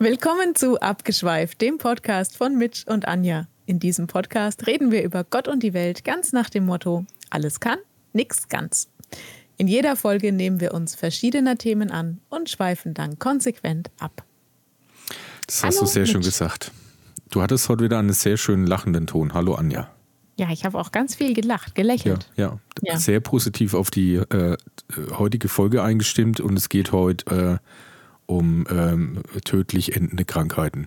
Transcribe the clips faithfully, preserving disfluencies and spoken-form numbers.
Willkommen zu Abgeschweift, dem Podcast von Mitch und Anja. In diesem Podcast reden wir über Gott und die Welt ganz nach dem Motto: Alles kann, nix ganz. In jeder Folge nehmen wir uns verschiedener Themen an und schweifen dann konsequent ab. Das hast Hallo, du sehr schön Mitch. gesagt. Du hattest heute wieder einen sehr schönen lachenden Ton. Hallo Anja. Ja, ich habe auch ganz viel gelacht, gelächelt. Ja, ja. Ja. Sehr positiv auf die äh, heutige Folge eingestimmt und es geht heute äh, um ähm, tödlich endende Krankheiten.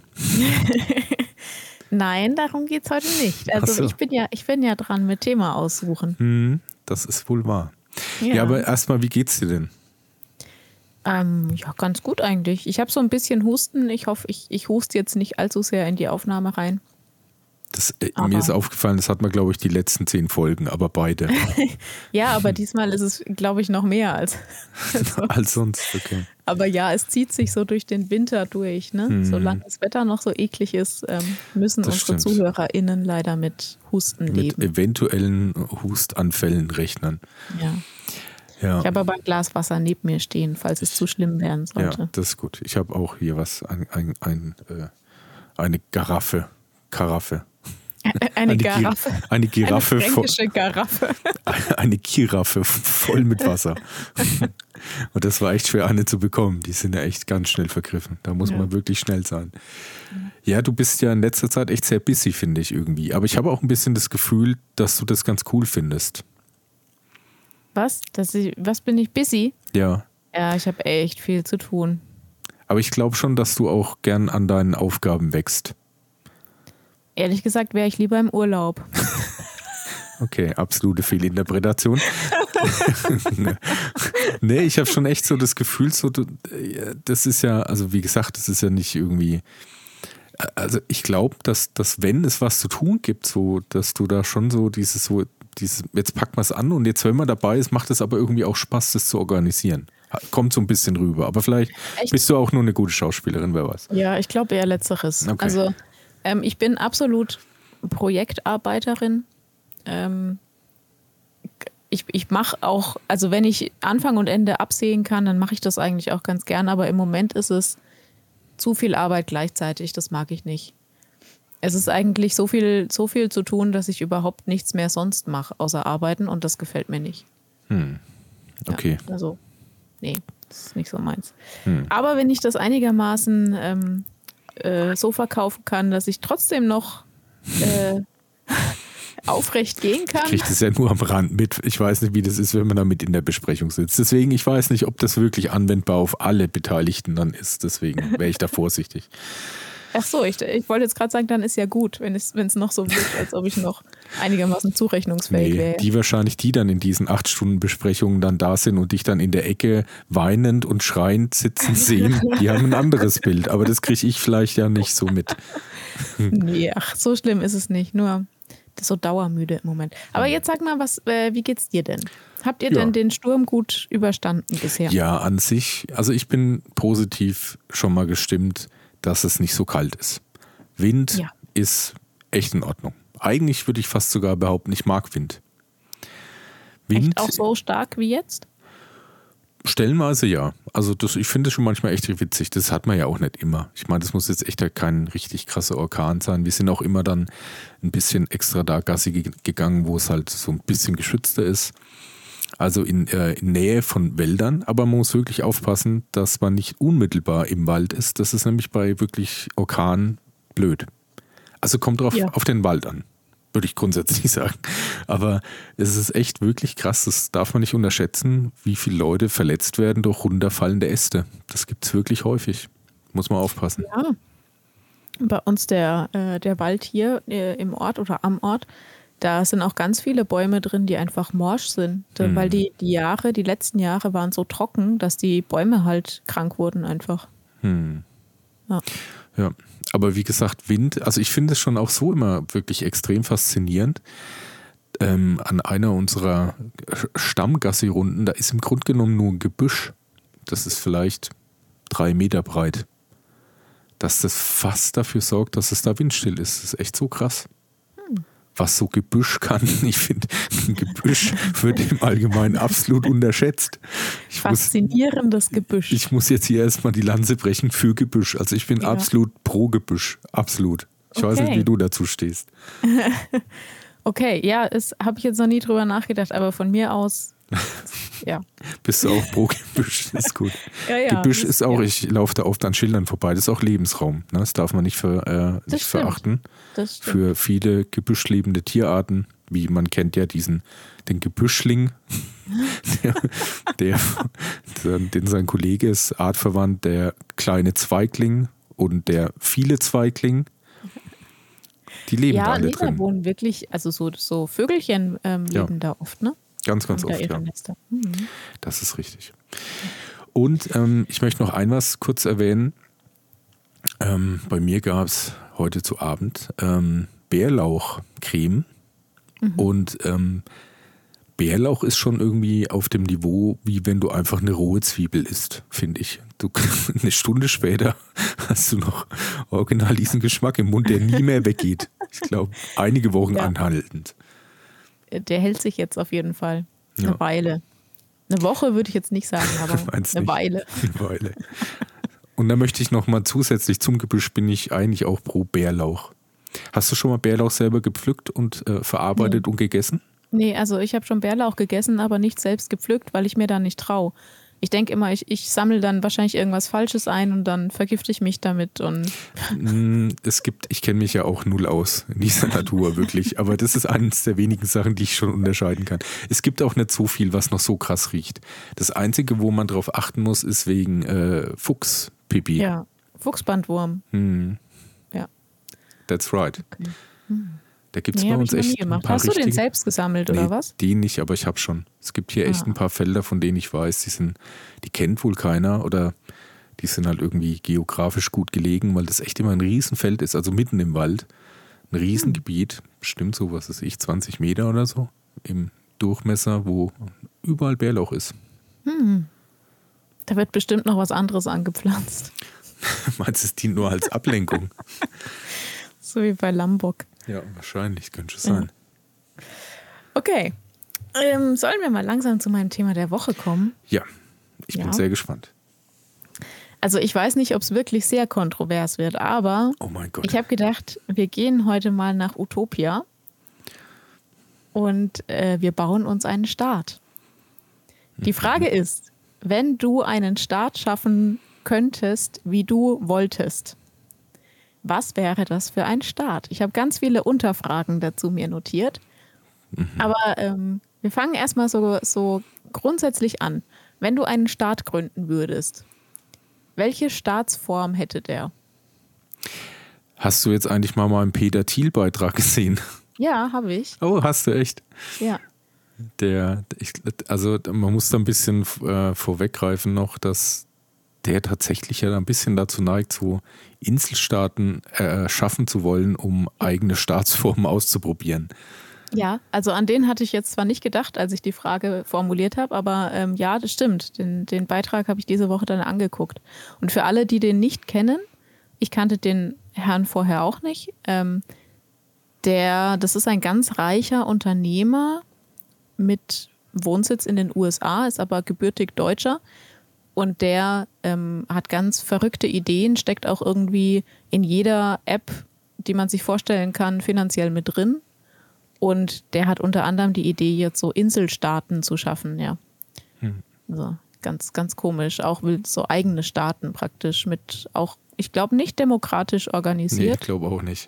Nein, darum geht es heute nicht. Also Ach so. ich bin ja, ich bin ja dran mit Thema aussuchen. Hm, das ist wohl wahr. Ja, Ja, aber erstmal, wie geht's dir denn? ähm, ja, ganz gut eigentlich. Ich habe so ein bisschen Husten. Ich hoffe, ich, ich huste jetzt nicht allzu sehr in die Aufnahme rein. Das, äh, Aber- mir ist aufgefallen, das hat man, glaube ich, die letzten zehn Folgen, aber beide. Ja, aber diesmal ist es, glaube ich, noch mehr als. Als sonst, okay. Aber ja, es zieht sich so durch den Winter durch. Ne? Hm. Solange das Wetter noch so eklig ist, ähm, müssen Das unsere stimmt. ZuhörerInnen leider mit Husten Mit leben. eventuellen Hustanfällen rechnen. Ja. Ja. Ich habe aber ein Glas Wasser neben mir stehen, falls es zu schlimm werden Ja, sollte. das ist gut. Ich habe auch hier was, ein, ein, ein, äh, eine Garaffe. Karaffe. Eine Gi- Garaffe. Eine Giraffe. Eine voll, fränkische Garaffe. eine Giraffe voll mit Wasser. Und das war echt schwer, eine zu bekommen. Die sind ja echt ganz schnell vergriffen. Da muss Ja. man wirklich schnell sein. Ja, du bist ja in letzter Zeit echt sehr busy, finde ich irgendwie. Aber ich habe auch ein bisschen das Gefühl, dass du das ganz cool findest. Was? Das ich, was bin ich busy? Ja. Ja, ich habe echt viel zu tun. Aber ich glaube schon, dass du auch gern an deinen Aufgaben wächst. Ehrlich gesagt wäre ich lieber im Urlaub. Okay, absolute Fehlinterpretation. Nee, ich habe schon echt so das Gefühl, so, du, äh, das ist ja, also wie gesagt, das ist ja nicht irgendwie, also ich glaube, dass, dass wenn es was zu tun gibt, so, dass du da schon so dieses, so, dieses, jetzt packt man es an und jetzt, wenn man dabei ist, macht es aber irgendwie auch Spaß, das zu organisieren. Kommt so ein bisschen rüber, aber vielleicht Echt? bist du auch nur eine gute Schauspielerin, wer weiß. Ja, ich glaube eher Letzteres. Okay. Also ähm, ich bin absolut Projektarbeiterin. Ähm, ich ich mache auch, also wenn ich Anfang und Ende absehen kann, dann mache ich das eigentlich auch ganz gern. Aber im Moment ist es zu viel Arbeit gleichzeitig. Das mag ich nicht. Es ist eigentlich so viel, so viel zu tun, dass ich überhaupt nichts mehr sonst mache, außer arbeiten. Und das gefällt mir nicht. Hm. Okay. Ja, also, nee, das ist nicht so meins. Hm. Aber wenn ich das einigermaßen ähm, äh, so verkaufen kann, dass ich trotzdem noch äh, aufrecht gehen kann. Ich kriege das ja nur am Rand mit. Ich weiß nicht, wie das ist, wenn man da mit in der Besprechung sitzt. Deswegen, ich weiß nicht, ob das wirklich anwendbar auf alle Beteiligten dann ist. Deswegen wäre ich da vorsichtig. Ach so, ich, ich wollte jetzt gerade sagen, dann ist ja gut, wenn es, wenn es noch so wirkt, als ob ich noch einigermaßen zurechnungsfähig Nee, wäre. die wahrscheinlich, die dann in diesen acht Stunden Besprechungen dann da sind und dich dann in der Ecke weinend und schreiend sitzen sehen, die haben ein anderes Bild. Aber das kriege ich vielleicht ja nicht so mit. Nee, ach, so schlimm ist es nicht. Nur das ist so dauermüde im Moment. Aber jetzt sag mal, was, äh, wie geht's dir denn? Habt ihr Ja. denn den Sturm gut überstanden bisher? Ja, an sich, also ich bin positiv schon mal gestimmt, dass es nicht so kalt ist. Wind Ja. ist echt in Ordnung. Eigentlich würde ich fast sogar behaupten, ich mag Wind. Wind, Echt auch so stark wie jetzt? stellenweise ja. Also das, ich finde es schon manchmal echt witzig. Das hat man ja auch nicht immer. Ich meine, das muss jetzt echt halt kein richtig krasser Orkan sein. Wir sind auch immer dann ein bisschen extra da Gassi ge- gegangen, wo es halt so ein bisschen geschützter ist. Also in, äh, in Nähe von Wäldern. Aber man muss wirklich aufpassen, dass man nicht unmittelbar im Wald ist. Das ist nämlich bei wirklich Orkan blöd. Also kommt drauf Ja. auf den Wald an, würde ich grundsätzlich sagen. Aber es ist echt wirklich krass, das darf man nicht unterschätzen, wie viele Leute verletzt werden durch runterfallende Äste. Das gibt es wirklich häufig. Muss man aufpassen. Ja. Bei uns der, äh, der Wald hier äh, im Ort oder am Ort, da sind auch ganz viele Bäume drin, die einfach morsch sind. Da- Hm. Weil die, die Jahre, die letzten Jahre waren so trocken, dass die Bäume halt krank wurden einfach. Hm. Ja. Ja, aber wie gesagt, Wind, also ich finde es schon auch so immer wirklich extrem faszinierend. Ähm, an einer unserer Stammgassi-Runden, da ist im Grunde genommen nur ein Gebüsch. Das ist vielleicht drei Meter breit. Dass das fast dafür sorgt, dass es da windstill ist. Das ist echt so krass. was so Gebüsch kann. Ich finde, Gebüsch wird im Allgemeinen absolut unterschätzt. Ich Faszinierendes muss, Gebüsch. Ich muss jetzt hier erstmal die Lanze brechen für Gebüsch. Also ich bin ja. absolut pro Gebüsch. Absolut. Ich okay. weiß nicht, wie du dazu stehst. Okay, ja, das habe ich jetzt noch nie drüber nachgedacht, aber von mir aus, ja. Bist du auch pro Gebüsch, das ist gut. ja, ja, Gebüsch das, ist auch, ja. ich laufe da oft an Schildern vorbei, das ist auch Lebensraum. Ne? Das darf man nicht, ver, äh, nicht verachten. Das stimmt. Für viele gebüschlebende Tierarten, wie man kennt ja diesen, den Gebüschling, der, der, der, den sein Kollege ist, artverwandt, der kleine Zweigling und der viele Zweigling. Die leben ja, da alle nee, drin. Da wohnen wirklich, also so, so Vögelchen ähm, ja. leben da oft, ne? Ganz, ganz oft, ja. Mhm. Das ist richtig. Und ähm, ich möchte noch ein was kurz erwähnen. Ähm, bei mir gab es heute zu Abend ähm, Bärlauchcreme. Mhm. Und ähm, Bärlauch ist schon irgendwie auf dem Niveau, wie wenn du einfach eine rohe Zwiebel isst, finde ich. Du, eine Stunde später hast du noch original diesen Geschmack im Mund, der nie mehr weggeht. Ich glaube, einige Wochen ja. anhaltend. Der hält sich jetzt auf jeden Fall. Eine ja. Weile. Eine Woche würde ich jetzt nicht sagen, aber eine nicht? Weile. Eine Weile. Und da möchte ich noch mal zusätzlich zum Gebüsch bin ich eigentlich auch pro Bärlauch. Hast du schon mal Bärlauch selber gepflückt und äh, verarbeitet nee. und gegessen? Nee, also ich habe schon Bärlauch gegessen, aber nicht selbst gepflückt, weil ich mir da nicht traue. Ich denke immer, ich, ich sammle dann wahrscheinlich irgendwas Falsches ein und dann vergifte ich mich damit. Und es gibt, ich kenne mich ja auch null aus in dieser Natur, wirklich. Aber das ist eines der wenigen Sachen, die ich schon unterscheiden kann. Es gibt auch nicht so viel, was noch so krass riecht. Das Einzige, wo man drauf achten muss, ist wegen äh, Fuchspipi. Ja, Fuchsbandwurm. Hm. Ja. That's right. Okay. Hm. Da gibt es nee, bei uns echt ein paar Hast du richtige... den selbst gesammelt nee, oder was? Den nicht, aber ich habe schon. Es gibt hier echt ah. ein paar Felder, von denen ich weiß, die sind, die kennt wohl keiner oder die sind halt irgendwie geografisch gut gelegen, weil das echt immer ein Riesenfeld ist, also mitten im Wald. Ein Riesengebiet, hm. bestimmt so, was weiß ich, zwanzig Meter oder so im Durchmesser, wo überall Bärlauch ist. Hm. Da wird bestimmt noch was anderes angepflanzt. Meinst du, es dient nur als Ablenkung? So wie bei Lombok. Ja, wahrscheinlich, könnte es sein. Ja. Okay. Ähm, sollen wir mal langsam zu meinem Thema der Woche kommen? Ja, ich ja. bin sehr gespannt. Also ich weiß nicht, ob es wirklich sehr kontrovers wird, aber oh mein Gott. ich habe gedacht, wir gehen heute mal nach Utopia und äh, wir bauen uns einen Staat. Die Frage mhm. ist, wenn du einen Staat schaffen könntest, wie du wolltest, was wäre das für ein Staat? Ich habe ganz viele Unterfragen dazu mir notiert. Mhm. Aber ähm, wir fangen erstmal so, so grundsätzlich an. Wenn du einen Staat gründen würdest, welche Staatsform hätte der? Hast du jetzt eigentlich mal meinen Peter Thiel-Beitrag gesehen? Ja, habe ich. Oh, hast du echt? Ja. Der, ich, also man muss da ein bisschen äh, vorweggreifen noch, dass der tatsächlich ja ein bisschen dazu neigt, so Inselstaaten äh, schaffen zu wollen, um eigene Staatsformen auszuprobieren. Ja, also an den hatte ich jetzt zwar nicht gedacht, als ich die Frage formuliert habe, aber ähm, ja, das stimmt. Den, den Beitrag habe ich diese Woche dann angeguckt. Und für alle, die den nicht kennen, ich kannte den Herrn vorher auch nicht, ähm, der, das ist ein ganz reicher Unternehmer mit Wohnsitz in den U S A, ist aber gebürtig Deutscher. Und der ähm, hat ganz verrückte Ideen, steckt auch irgendwie in jeder App, die man sich vorstellen kann, finanziell mit drin. Und der hat unter anderem die Idee, jetzt so Inselstaaten zu schaffen, ja. Hm. Also ganz, ganz komisch. Auch will so eigene Staaten praktisch mit auch, ich glaube, nicht demokratisch organisiert. Nee, ich glaube auch nicht.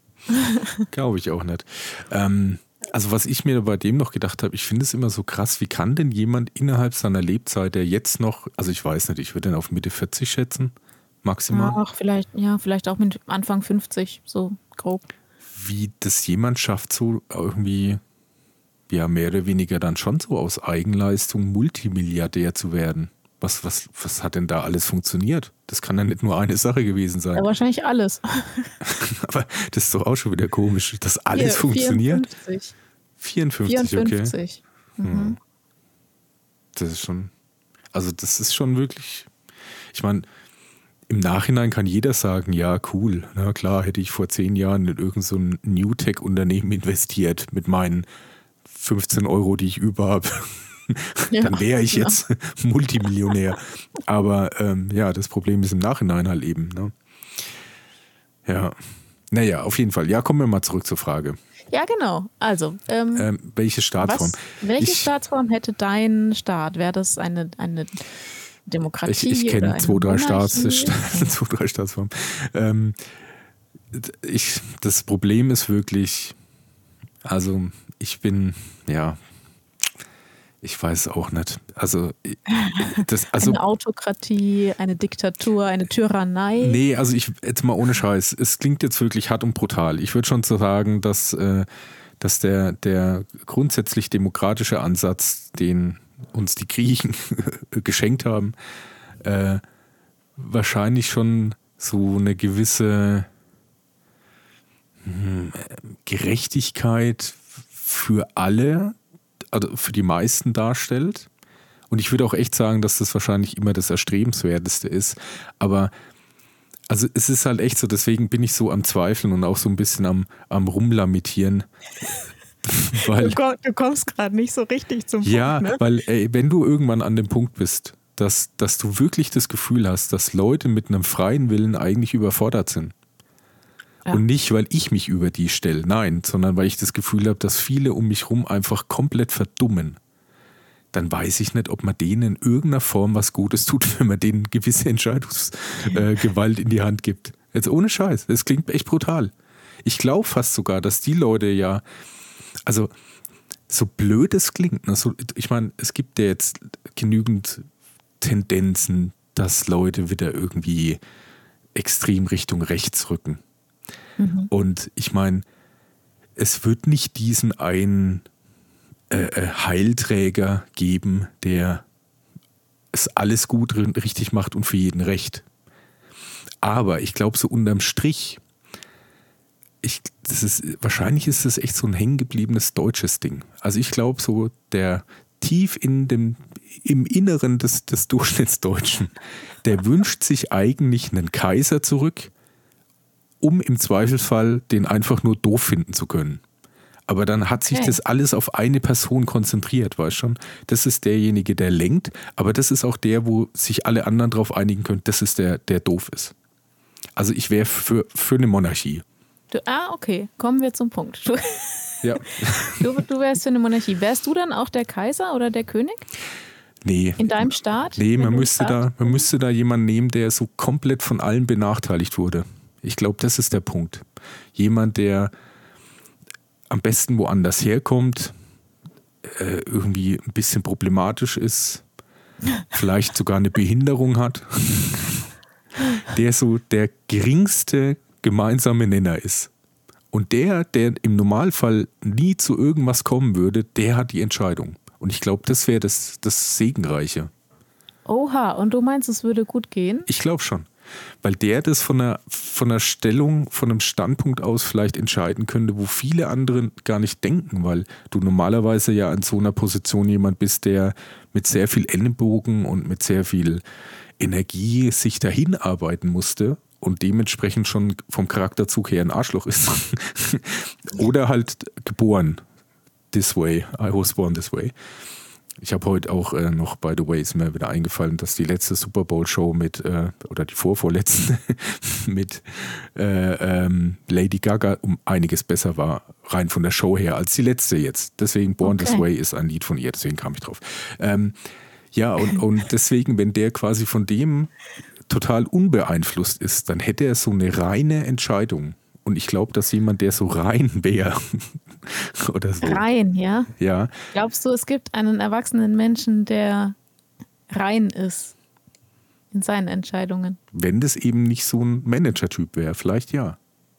Glaube ich auch nicht. Ähm, also was ich mir bei dem noch gedacht habe, ich finde es immer so krass, wie kann denn jemand innerhalb seiner Lebzeit, der jetzt noch, also ich weiß nicht, ich würde den auf Mitte vierzig schätzen, maximal. Ach, vielleicht, ja, vielleicht auch mit Anfang fünfzig, so grob. Wie das jemand schafft, so irgendwie, ja, mehr oder weniger dann schon so aus Eigenleistung Multimilliardär zu werden. Was, was, was hat denn da alles funktioniert? Das kann ja nicht nur eine Sache gewesen sein. Ja, wahrscheinlich alles. Aber das ist doch auch schon wieder komisch, dass alles Hier, funktioniert. vierundfünfzig. vierundfünfzig, vierundfünfzig. Okay. Mhm. Hm. Das ist schon, also das ist schon wirklich, ich meine, im Nachhinein kann jeder sagen, ja cool, na klar, hätte ich vor zehn Jahren in irgendein so ein New-Tech-Unternehmen investiert mit meinen fünfzehn Euro, die ich über habe. Ja, dann wäre ich jetzt ja. Multimillionär. Aber ähm, ja, das Problem ist im Nachhinein halt eben. Ne? Ja, naja, auf jeden Fall. Ja, kommen wir mal zurück zur Frage. Ja, genau. Also, ähm, ähm, welche Staatsform? Was, welche ich, Staatsform hätte dein Staat? Wäre das eine, eine Demokratie? Ich, ich kenne zwei, drei Staats, Monarchie? zwei, drei Staatsformen. Ähm, ich, das Problem ist wirklich, also ich bin, ja, ich weiß auch nicht. Also, das, also eine Autokratie, eine Diktatur, eine Tyrannei. Nee, also ich jetzt mal ohne Scheiß. Es klingt jetzt wirklich hart und brutal. Ich würde schon so sagen, dass, äh, dass der, der grundsätzlich demokratische Ansatz, den uns die Griechen geschenkt haben, äh, wahrscheinlich schon so eine gewisse hm, Gerechtigkeit für alle, also für die meisten darstellt. Und ich würde auch echt sagen, dass das wahrscheinlich immer das Erstrebenswerteste ist. Aber also es ist halt echt so, deswegen bin ich so am Zweifeln und auch so ein bisschen am, am Rumlamentieren. Weil, du, komm, du kommst gerade nicht so richtig zum Punkt. Ja, ne? weil ey, wenn du irgendwann an dem Punkt bist, dass, dass du wirklich das Gefühl hast, dass Leute mit einem freien Willen eigentlich überfordert sind. Ja. Und nicht, weil ich mich über die stelle, nein, sondern weil ich das Gefühl habe, dass viele um mich rum einfach komplett verdummen. Dann weiß ich nicht, ob man denen in irgendeiner Form was Gutes tut, wenn man denen gewisse Entscheidungsgewalt äh, in die Hand gibt. Jetzt ohne Scheiß, das klingt echt brutal. Ich glaube fast sogar, dass die Leute ja, also so blöd es klingt, ne, so, ich meine, es gibt ja jetzt genügend Tendenzen, dass Leute wieder irgendwie extrem Richtung rechts rücken. Mhm. Und ich meine, es wird nicht diesen einen äh, Heilträger geben, der es alles gut richtig macht und für jeden recht. Aber ich glaube, so unterm Strich, ich, das ist, wahrscheinlich ist das echt so ein hängengebliebenes deutsches Ding. Also ich glaube, so der tief in dem, im Inneren des, des Durchschnittsdeutschen, der wünscht sich eigentlich einen Kaiser zurück, um im Zweifelsfall den einfach nur doof finden zu können. Aber dann hat sich okay. das alles auf eine Person konzentriert, weißt du schon? Das ist derjenige, der lenkt, aber das ist auch der, wo sich alle anderen darauf einigen können, das ist der, der doof ist. Also ich wäre für, für eine Monarchie. Du, ah, okay. Kommen wir zum Punkt. Du, ja. du, du wärst für eine Monarchie. Wärst du dann auch der Kaiser oder der König? Nee. In deinem Staat? Nee, man müsste, da, man müsste da jemanden nehmen, der so komplett von allen benachteiligt wurde. Ich glaube, das ist der Punkt. Jemand, der am besten woanders herkommt, äh, irgendwie ein bisschen problematisch ist, vielleicht sogar eine Behinderung hat, der so der geringste gemeinsame Nenner ist. Und der, der im Normalfall nie zu irgendwas kommen würde, der hat die Entscheidung. Und ich glaube, das wäre das, das Segenreiche. Oha, und du meinst, es würde gut gehen? Ich glaube schon. Weil der das von einer, von einer Stellung, von einem Standpunkt aus vielleicht entscheiden könnte, wo viele andere gar nicht denken, weil du normalerweise ja in so einer Position jemand bist, der mit sehr viel Ellenbogen und mit sehr viel Energie sich dahin arbeiten musste und dementsprechend schon vom Charakterzug her ein Arschloch ist. Oder halt geboren this way, I was born this way. Ich habe heute auch äh, noch, by the way, ist mir wieder eingefallen, dass die letzte Super Bowl-Show mit, äh, oder die vorvorletzte mit äh, ähm, Lady Gaga um einiges besser war, rein von der Show her, als die letzte jetzt. Deswegen Born okay. This Way ist ein Lied von ihr, deswegen kam ich drauf. Ähm, ja, und, und deswegen, wenn der quasi von dem total unbeeinflusst ist, dann hätte er so eine reine Entscheidung. Und ich glaube, dass jemand, der so rein wäre, oder so. Rein, ja? Ja. Glaubst du, es gibt einen erwachsenen Menschen, der rein ist in seinen Entscheidungen? Wenn das eben nicht so ein Manager-Typ wäre, vielleicht ja.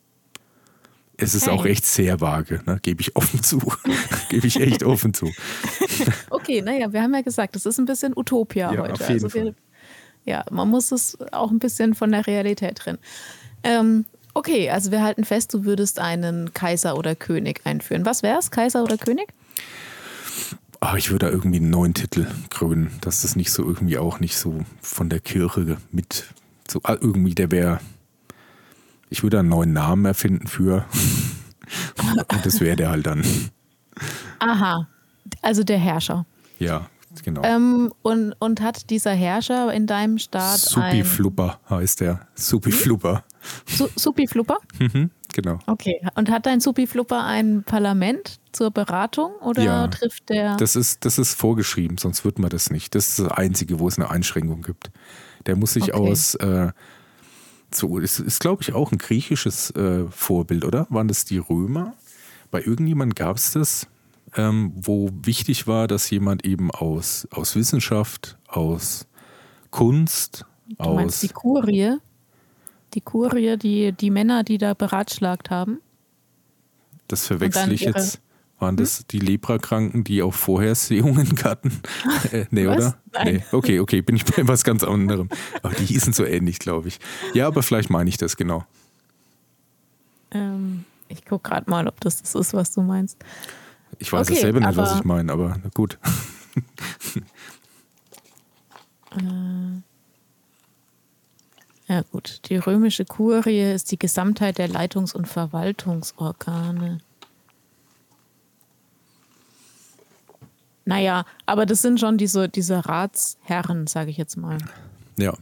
Es ist okay. auch echt sehr vage, ne? Gebe ich offen zu. Gebe ich echt offen zu. Okay, naja, wir haben ja gesagt, das ist ein bisschen Utopia ja, heute. Auf jeden also wir, Fall. Ja, man muss es auch ein bisschen von der Realität trennen. Ähm, Okay, also wir halten fest, du würdest einen Kaiser oder König einführen. Was wäre es, Kaiser oder König? Ach, ich würde da irgendwie einen neuen Titel krönen, dass das nicht so irgendwie auch nicht so von der Kirche mit So, irgendwie, der wäre, ich würde einen neuen Namen erfinden für und das wäre der halt dann. Aha, also der Herrscher. Ja, genau. Ähm, und, und hat dieser Herrscher in deinem Staat ein... Supiflupper heißt der. Supiflupper. Su Supiflupper? Mhm, genau. Okay. Und hat dein Supiflupper ein Parlament zur Beratung oder Ja, trifft der... Das ist, das ist vorgeschrieben, sonst wird man das nicht. Das ist das Einzige, wo es eine Einschränkung gibt. Der muss sich Okay. aus, äh, so, es ist, glaube ich, auch ein griechisches äh, Vorbild, oder? Waren das die Römer? Bei irgendjemandem gab es das, ähm, wo wichtig war, dass jemand eben aus, aus Wissenschaft, aus Kunst, Du aus... meinst die Kurie? Die Kurie, die, die Männer, die da beratschlagt haben? Das verwechsel ich ihre- jetzt. Waren das die Leprakranken, die auch Vorhersehungen hatten? äh, nee, Was? oder? Nein. Nee. Okay, okay, bin ich bei was ganz anderem. Aber die hießen so ähnlich, glaube ich. Ja, aber vielleicht meine ich das genau. Ähm, ich gucke gerade mal, ob das das ist, was du meinst. Ich weiß Okay, es selber nicht, was aber- ich meine, aber na gut. Äh, ja gut, die römische Kurie ist die Gesamtheit der Leitungs- und Verwaltungsorgane. Naja, aber das sind schon diese, diese Ratsherren, sage ich jetzt mal. Ja.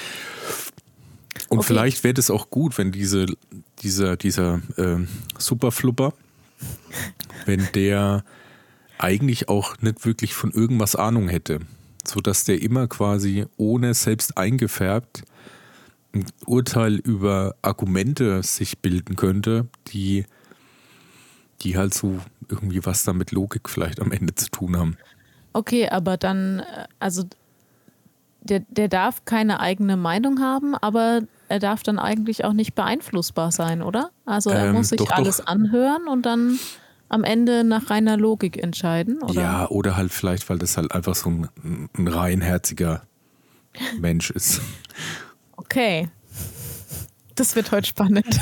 Und Okay. vielleicht wäre es auch gut, wenn diese, dieser, dieser ähm, Superflupper, wenn der eigentlich auch nicht wirklich von irgendwas Ahnung hätte, sodass der immer quasi ohne selbst eingefärbt ein Urteil über Argumente sich bilden könnte, die, die halt so irgendwie was da mit Logik vielleicht am Ende zu tun haben. Okay, aber dann, äh, also der, der darf keine eigene Meinung haben, aber er darf dann eigentlich auch nicht beeinflussbar sein, oder? Also er Ähm, muss sich doch, alles doch. anhören und dann am Ende nach reiner Logik entscheiden, oder? Ja, oder halt vielleicht, weil das halt einfach so ein, ein reinherziger Mensch ist. Okay. Das wird heute spannend.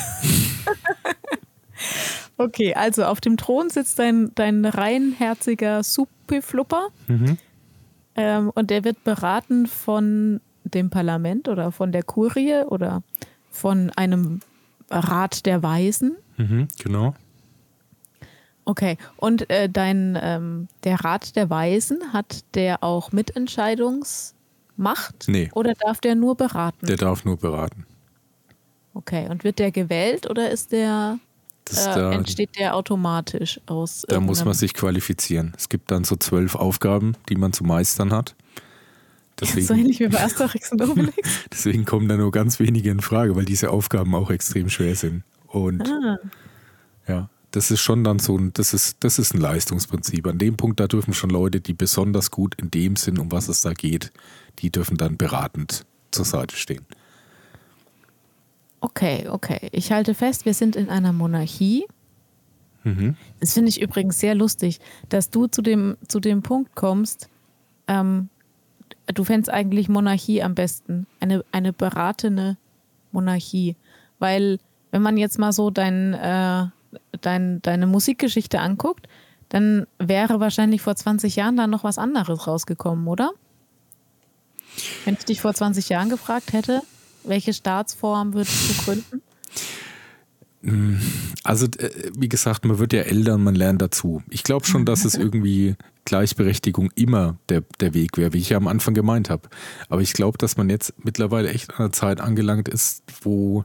Okay, also auf dem Thron sitzt dein, dein reinherziger Supiflupper Mhm. ähm, und der wird beraten von dem Parlament oder von der Kurie oder von einem Rat der Weisen. Mhm, genau. Okay, und äh, dein, ähm, der Rat der Weisen, hat der auch Mitentscheidungsmacht? Nee. Oder darf der nur beraten? Der darf nur beraten. Okay, und wird der gewählt oder ist der, Das, äh, da, entsteht der automatisch aus da muss man irgendeinem- sich qualifizieren. Es gibt dann so zwölf Aufgaben, die man zu meistern hat. so Deswegen, ähnlich wie bei Asterix und Obelix? deswegen kommen da nur ganz wenige in Frage, weil diese Aufgaben auch extrem schwer sind. Und Ah, ja, das ist schon dann so ein, das ist, das ist ein Leistungsprinzip. An dem Punkt, da dürfen schon Leute, die besonders gut in dem sind, um was es da geht, die dürfen dann beratend zur Seite stehen. okay, okay. Ich halte fest, wir sind in einer Monarchie. Mhm. Das finde ich übrigens sehr lustig, dass du zu dem, zu dem Punkt kommst, ähm, du fändest eigentlich Monarchie am besten. Eine, eine beratende Monarchie. Weil, wenn man jetzt mal so dein, äh, dein, deine Musikgeschichte anguckt, dann wäre wahrscheinlich vor zwanzig Jahren da noch was anderes rausgekommen, oder? Wenn ich dich vor zwanzig Jahren gefragt hätte, welche Staatsform würdest du gründen? Also, äh, wie gesagt, man wird ja älter und man lernt dazu. Ich glaube schon, dass es irgendwie Gleichberechtigung immer der, der Weg wäre, wie ich ja am Anfang gemeint habe. Aber ich glaube, dass man jetzt mittlerweile echt an einer Zeit angelangt ist, wo,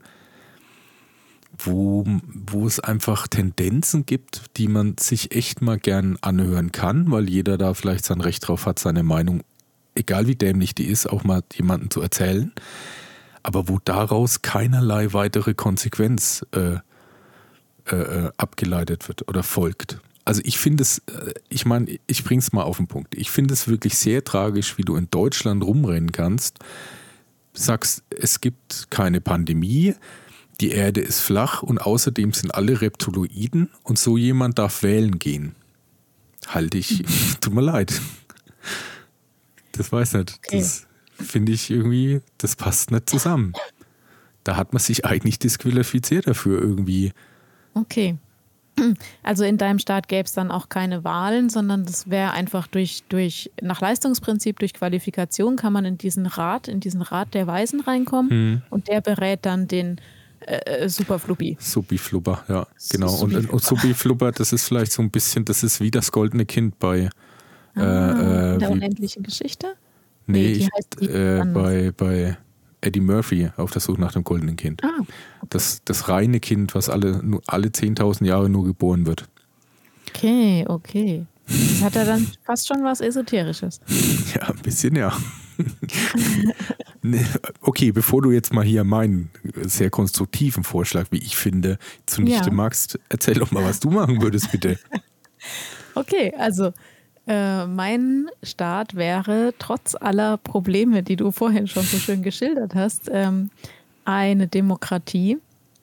wo, wo es einfach Tendenzen gibt, die man sich echt mal gern anhören kann, weil jeder da vielleicht sein Recht drauf hat, seine Meinung, egal wie dämlich die ist, auch mal jemandem zu erzählen. Aber wo daraus keinerlei weitere Konsequenz äh, äh, abgeleitet wird oder folgt. Also ich finde es, äh, ich meine, ich bringe es mal auf den Punkt. Ich finde es wirklich sehr tragisch, wie du in Deutschland rumrennen kannst, sagst, es gibt keine Pandemie, die Erde ist flach und außerdem sind alle Reptiloiden und so jemand darf wählen gehen. Halte ich, tut mir leid. Das weiß nicht. Okay. Das finde ich irgendwie, das passt nicht zusammen. Da hat man sich eigentlich disqualifiziert dafür irgendwie. Okay. Also in deinem Staat gäbe es dann auch keine Wahlen, sondern das wäre einfach durch, durch, nach Leistungsprinzip, durch Qualifikation kann man in diesen Rat, in diesen Rat der Weisen reinkommen Hm. und der berät dann den äh, Superfluppi. Subi-Flubber, ja, genau. Und, Subi-Flubber. und Subi-Flubber, das ist vielleicht so ein bisschen, das ist wie das goldene Kind bei Ah, äh, in der wie, unendlichen Geschichte? nee, Nee, die ich, heißt die äh, anders. bei, bei Eddie Murphy auf der Suche nach dem goldenen Kind. Ah, Das, das reine Kind, was alle, nur, alle zehntausend Jahre nur geboren wird. okay, okay. Das hat ja dann fast schon was Esoterisches. Ja, ein bisschen, ja. Ne, okay, bevor du jetzt mal hier meinen sehr konstruktiven Vorschlag, wie ich finde, zunichte Ja. magst, erzähl doch mal, was du machen würdest, bitte. Okay, also äh, mein Staat wäre trotz aller Probleme, die du vorhin schon so schön geschildert hast, ähm, eine Demokratie.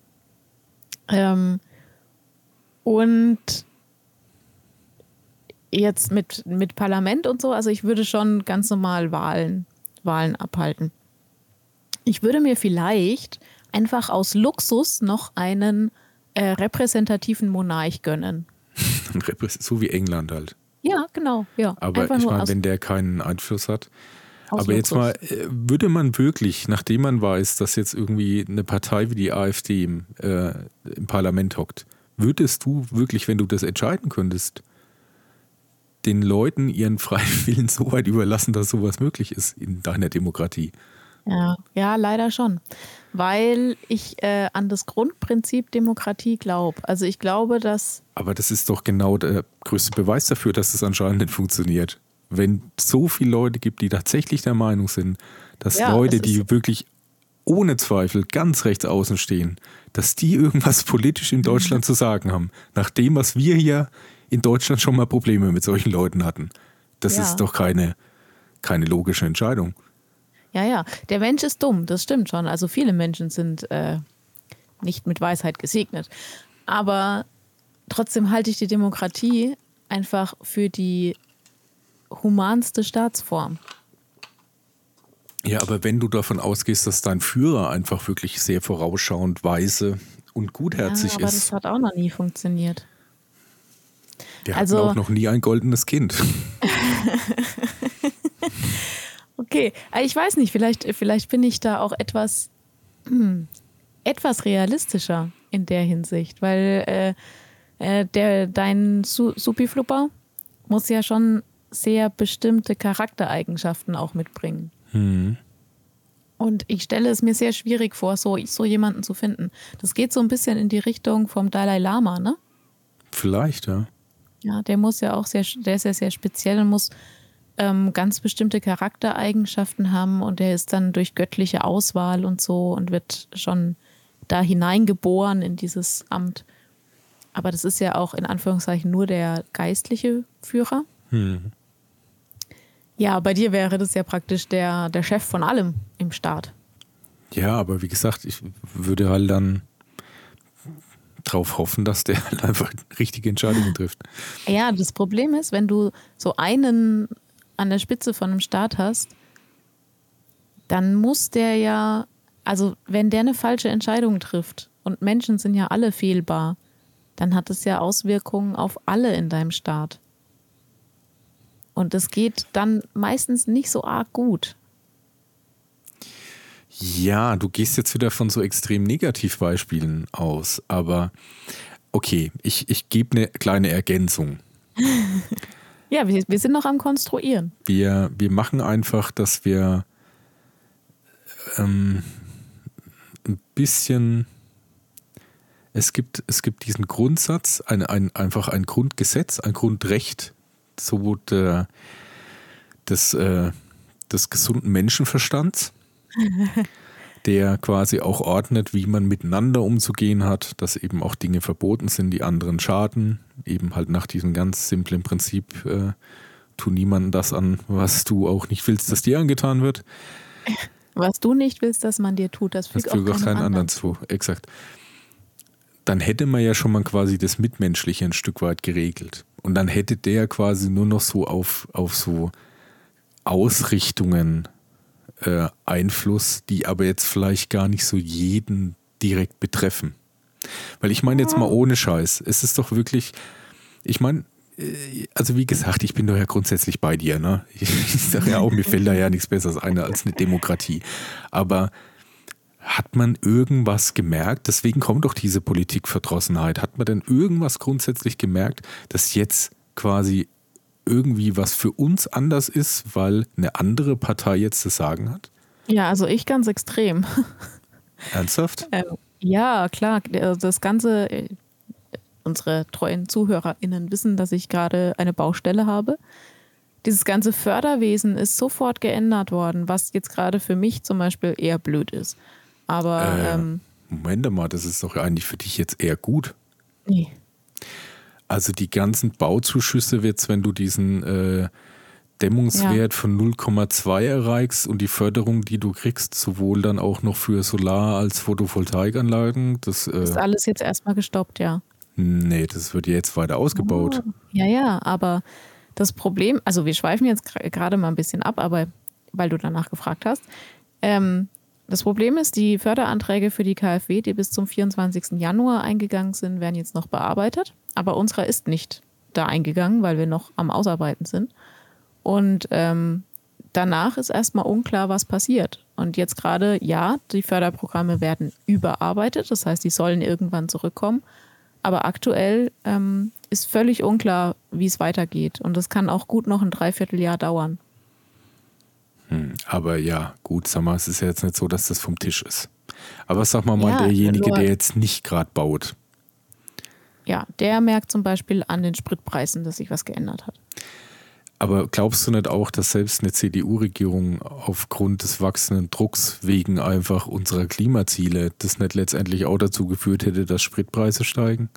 Ähm, und jetzt mit, mit Parlament und so, also ich würde schon ganz normal Wahlen, Wahlen abhalten. Ich würde mir vielleicht einfach aus Luxus noch einen äh, repräsentativen Monarch gönnen. So wie England halt. Ja, genau. Ja. Aber Einfach ich nur meine, aus, wenn der keinen Einfluss hat. aus Aber jetzt Luxus. mal, äh, würde man wirklich, nachdem man weiß, dass jetzt irgendwie eine Partei wie die AfD im, äh, im Parlament hockt, würdest du wirklich, wenn du das entscheiden könntest, den Leuten ihren freien Willen so weit überlassen, dass sowas möglich ist in deiner Demokratie? Ja, ja, leider schon. Weil ich äh, an das Grundprinzip Demokratie glaube. Also ich glaube, dass Aber das ist doch genau der größte Beweis dafür, dass es anscheinend nicht funktioniert. Wenn es so viele Leute gibt, die tatsächlich der Meinung sind, dass Ja, Leute, es die ist- wirklich ohne Zweifel ganz rechts außen stehen, dass die irgendwas politisch in Deutschland zu sagen haben, nach dem, was wir hier in Deutschland schon mal Probleme mit solchen Leuten hatten. Das Ja. ist doch keine, keine logische Entscheidung. ja, ja, der Mensch ist dumm, das stimmt schon. Also viele Menschen sind äh, nicht mit Weisheit gesegnet. Aber trotzdem halte ich die Demokratie einfach für die humanste Staatsform. Ja, aber wenn du davon ausgehst, dass dein Führer einfach wirklich sehr vorausschauend, weise und gutherzig ja, aber ist, das hat auch noch nie funktioniert. der also- hat auch noch nie ein goldenes Kind. Okay, aber ich weiß nicht, vielleicht, vielleicht bin ich da auch etwas, hm, etwas realistischer in der Hinsicht, weil äh, äh, der, dein Su Supiflupper muss ja schon sehr bestimmte Charaktereigenschaften auch mitbringen. Hm. Und ich stelle es mir sehr schwierig vor, so, so jemanden zu finden. Das geht so ein bisschen in die Richtung vom Dalai Lama, ne? Vielleicht, ja. Ja, der muss ja auch sehr, der ist ja sehr speziell und muss ähm, ganz bestimmte Charaktereigenschaften haben und der ist dann durch göttliche Auswahl und so und wird schon da hineingeboren in dieses Amt. Aber das ist ja auch in Anführungszeichen nur der geistliche Führer. Hm. Ja, bei dir wäre das ja praktisch der, der Chef von allem im Staat. Ja, aber wie gesagt, ich würde halt dann drauf hoffen, dass der halt einfach richtige Entscheidungen trifft. Ja, das Problem ist, wenn du so einen an der Spitze von einem Staat hast, dann muss der ja, also wenn der eine falsche Entscheidung trifft und Menschen sind ja alle fehlbar, dann hat es ja Auswirkungen auf alle in deinem Staat. Und das geht dann meistens nicht so arg gut. Ja, du gehst jetzt wieder von so extrem Negativbeispielen aus, aber okay, ich, ich gebe eine kleine Ergänzung. Ja, wir, wir sind noch am Konstruieren. Wir, wir machen einfach, dass wir ähm, ein bisschen, es gibt, es gibt diesen Grundsatz, ein, ein, einfach ein Grundgesetz, ein Grundrecht, so der, des, äh, des gesunden Menschenverstands, der quasi auch ordnet, wie man miteinander umzugehen hat, dass eben auch Dinge verboten sind, die anderen schaden, eben halt nach diesem ganz simplen Prinzip, äh, tu niemandem das an, was du auch nicht willst, dass dir angetan wird. Was du nicht willst, dass man dir tut, das Das fügt auch fügt auch keinem keinen anderen anderen zu. Exakt. Dann hätte man ja schon mal quasi das Mitmenschliche ein Stück weit geregelt. Und dann hätte der quasi nur noch so auf, auf so Ausrichtungen äh, Einfluss, die aber jetzt vielleicht gar nicht so jeden direkt betreffen. Weil ich meine jetzt mal ohne Scheiß, es ist doch wirklich, ich meine, also wie gesagt, ich bin doch ja grundsätzlich bei dir, ne? Ich, ich sage ja auch, mir fällt da ja nichts Besseres ein als eine Demokratie. Aber hat man irgendwas gemerkt, deswegen kommt doch diese Politikverdrossenheit, hat man denn irgendwas grundsätzlich gemerkt, dass jetzt quasi irgendwie was für uns anders ist, weil eine andere Partei jetzt das Sagen hat? Ja, also ich ganz extrem. Ernsthaft? Ähm, ja, klar. Das Ganze, unsere treuen ZuhörerInnen wissen, dass ich gerade eine Baustelle habe. Dieses ganze Förderwesen ist sofort geändert worden, was jetzt gerade für mich zum Beispiel eher blöd ist. Aber Äh, ähm, Moment mal, das ist doch eigentlich für dich jetzt eher gut. nee. Also die ganzen Bauzuschüsse jetzt, wenn du diesen äh, Dämmungswert ja. von null Komma zwei erreichst und die Förderung, die du kriegst, sowohl dann auch noch für Solar- als Photovoltaikanlagen. Das äh, ist alles jetzt erstmal gestoppt, ja. Nee, das wird jetzt weiter ausgebaut. Oh, ja, ja, aber das Problem, also wir schweifen jetzt gerade mal ein bisschen ab, aber weil du danach gefragt hast, ähm, das Problem ist, die Förderanträge für die KfW, die bis zum vierundzwanzigsten Januar eingegangen sind, werden jetzt noch bearbeitet. Aber unserer ist nicht da eingegangen, weil wir noch am Ausarbeiten sind. Und ähm, danach ist erstmal unklar, was passiert. Und jetzt gerade, ja, die Förderprogramme werden überarbeitet. Das heißt, die sollen irgendwann zurückkommen. Aber aktuell ähm, ist völlig unklar, wie es weitergeht. Und das kann auch gut noch ein Dreivierteljahr dauern. Hm, aber ja, gut, sag mal, es ist ja jetzt nicht so, dass das vom Tisch ist. Aber sag mal mal, ja, derjenige, nur, der jetzt nicht gerade baut. Ja, der merkt zum Beispiel an den Spritpreisen, dass sich was geändert hat. Aber glaubst du nicht auch, dass selbst eine C D U-Regierung aufgrund des wachsenden Drucks wegen einfach unserer Klimaziele das nicht letztendlich auch dazu geführt hätte, dass Spritpreise steigen?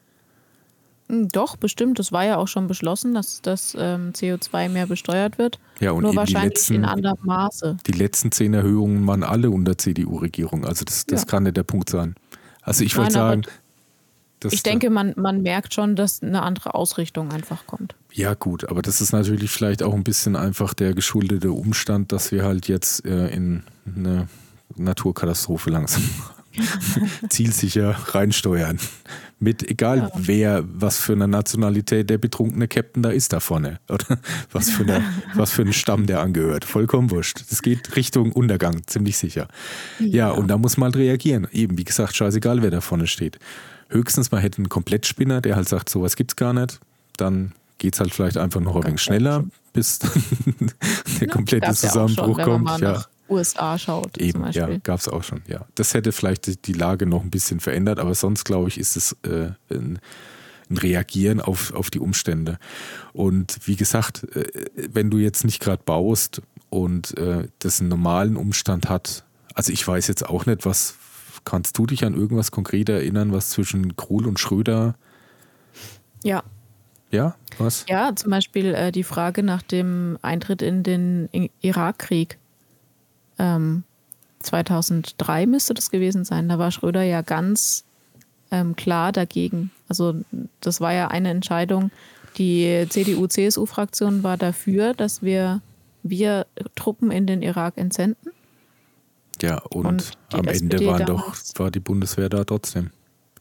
Doch, bestimmt. Das war ja auch schon beschlossen, dass das ähm, C O zwei mehr besteuert wird. Ja, und nur eben wahrscheinlich die letzten, in anderem Maße. Die letzten zehn Erhöhungen waren alle unter C D U-Regierung. Also das, das ja. kann nicht der Punkt sein. Also ich wollte sagen... Das ich denke, man, man merkt schon, dass eine andere Ausrichtung einfach kommt. Ja gut, aber das ist natürlich vielleicht auch ein bisschen einfach der geschuldete Umstand, dass wir halt jetzt äh, in eine Naturkatastrophe langsam zielsicher reinsteuern. Mit egal ja. wer, was für eine Nationalität der betrunkene Captain da ist da vorne. Oder was für, eine, was für einen Stamm der angehört. Vollkommen wurscht. Das geht Richtung Untergang, ziemlich sicher. Ja, ja und da muss man halt reagieren. Eben, wie gesagt, scheißegal, wer da vorne steht. Höchstens man hätte einen Komplettspinner, der halt sagt, sowas gibt's gar nicht. Dann geht es halt vielleicht einfach noch ein wenig schneller, bis der komplette ja, Zusammenbruch ja schon, kommt. Ja. Nach U S A schaut. Eben, zum Beispiel. Ja, gab es auch schon. Ja, das hätte vielleicht die Lage noch ein bisschen verändert, aber sonst glaube ich, ist es äh, ein, ein Reagieren auf, auf die Umstände. Und wie gesagt, äh, wenn du jetzt nicht gerade baust und äh, das einen normalen Umstand hat, also ich weiß jetzt auch nicht, was. Kannst du dich an irgendwas konkret erinnern, was zwischen Kohl und Schröder? Ja. Ja, was? Ja, zum Beispiel äh, die Frage nach dem Eintritt in den Irakkrieg. Ähm, zweitausenddrei müsste das gewesen sein. Da war Schröder ja ganz ähm, klar dagegen. Also das war ja eine Entscheidung. Die C D U-C S U-Fraktion war dafür, dass wir, wir Truppen in den Irak entsenden. Ja, und, und am S P D Ende waren doch, war die Bundeswehr da trotzdem.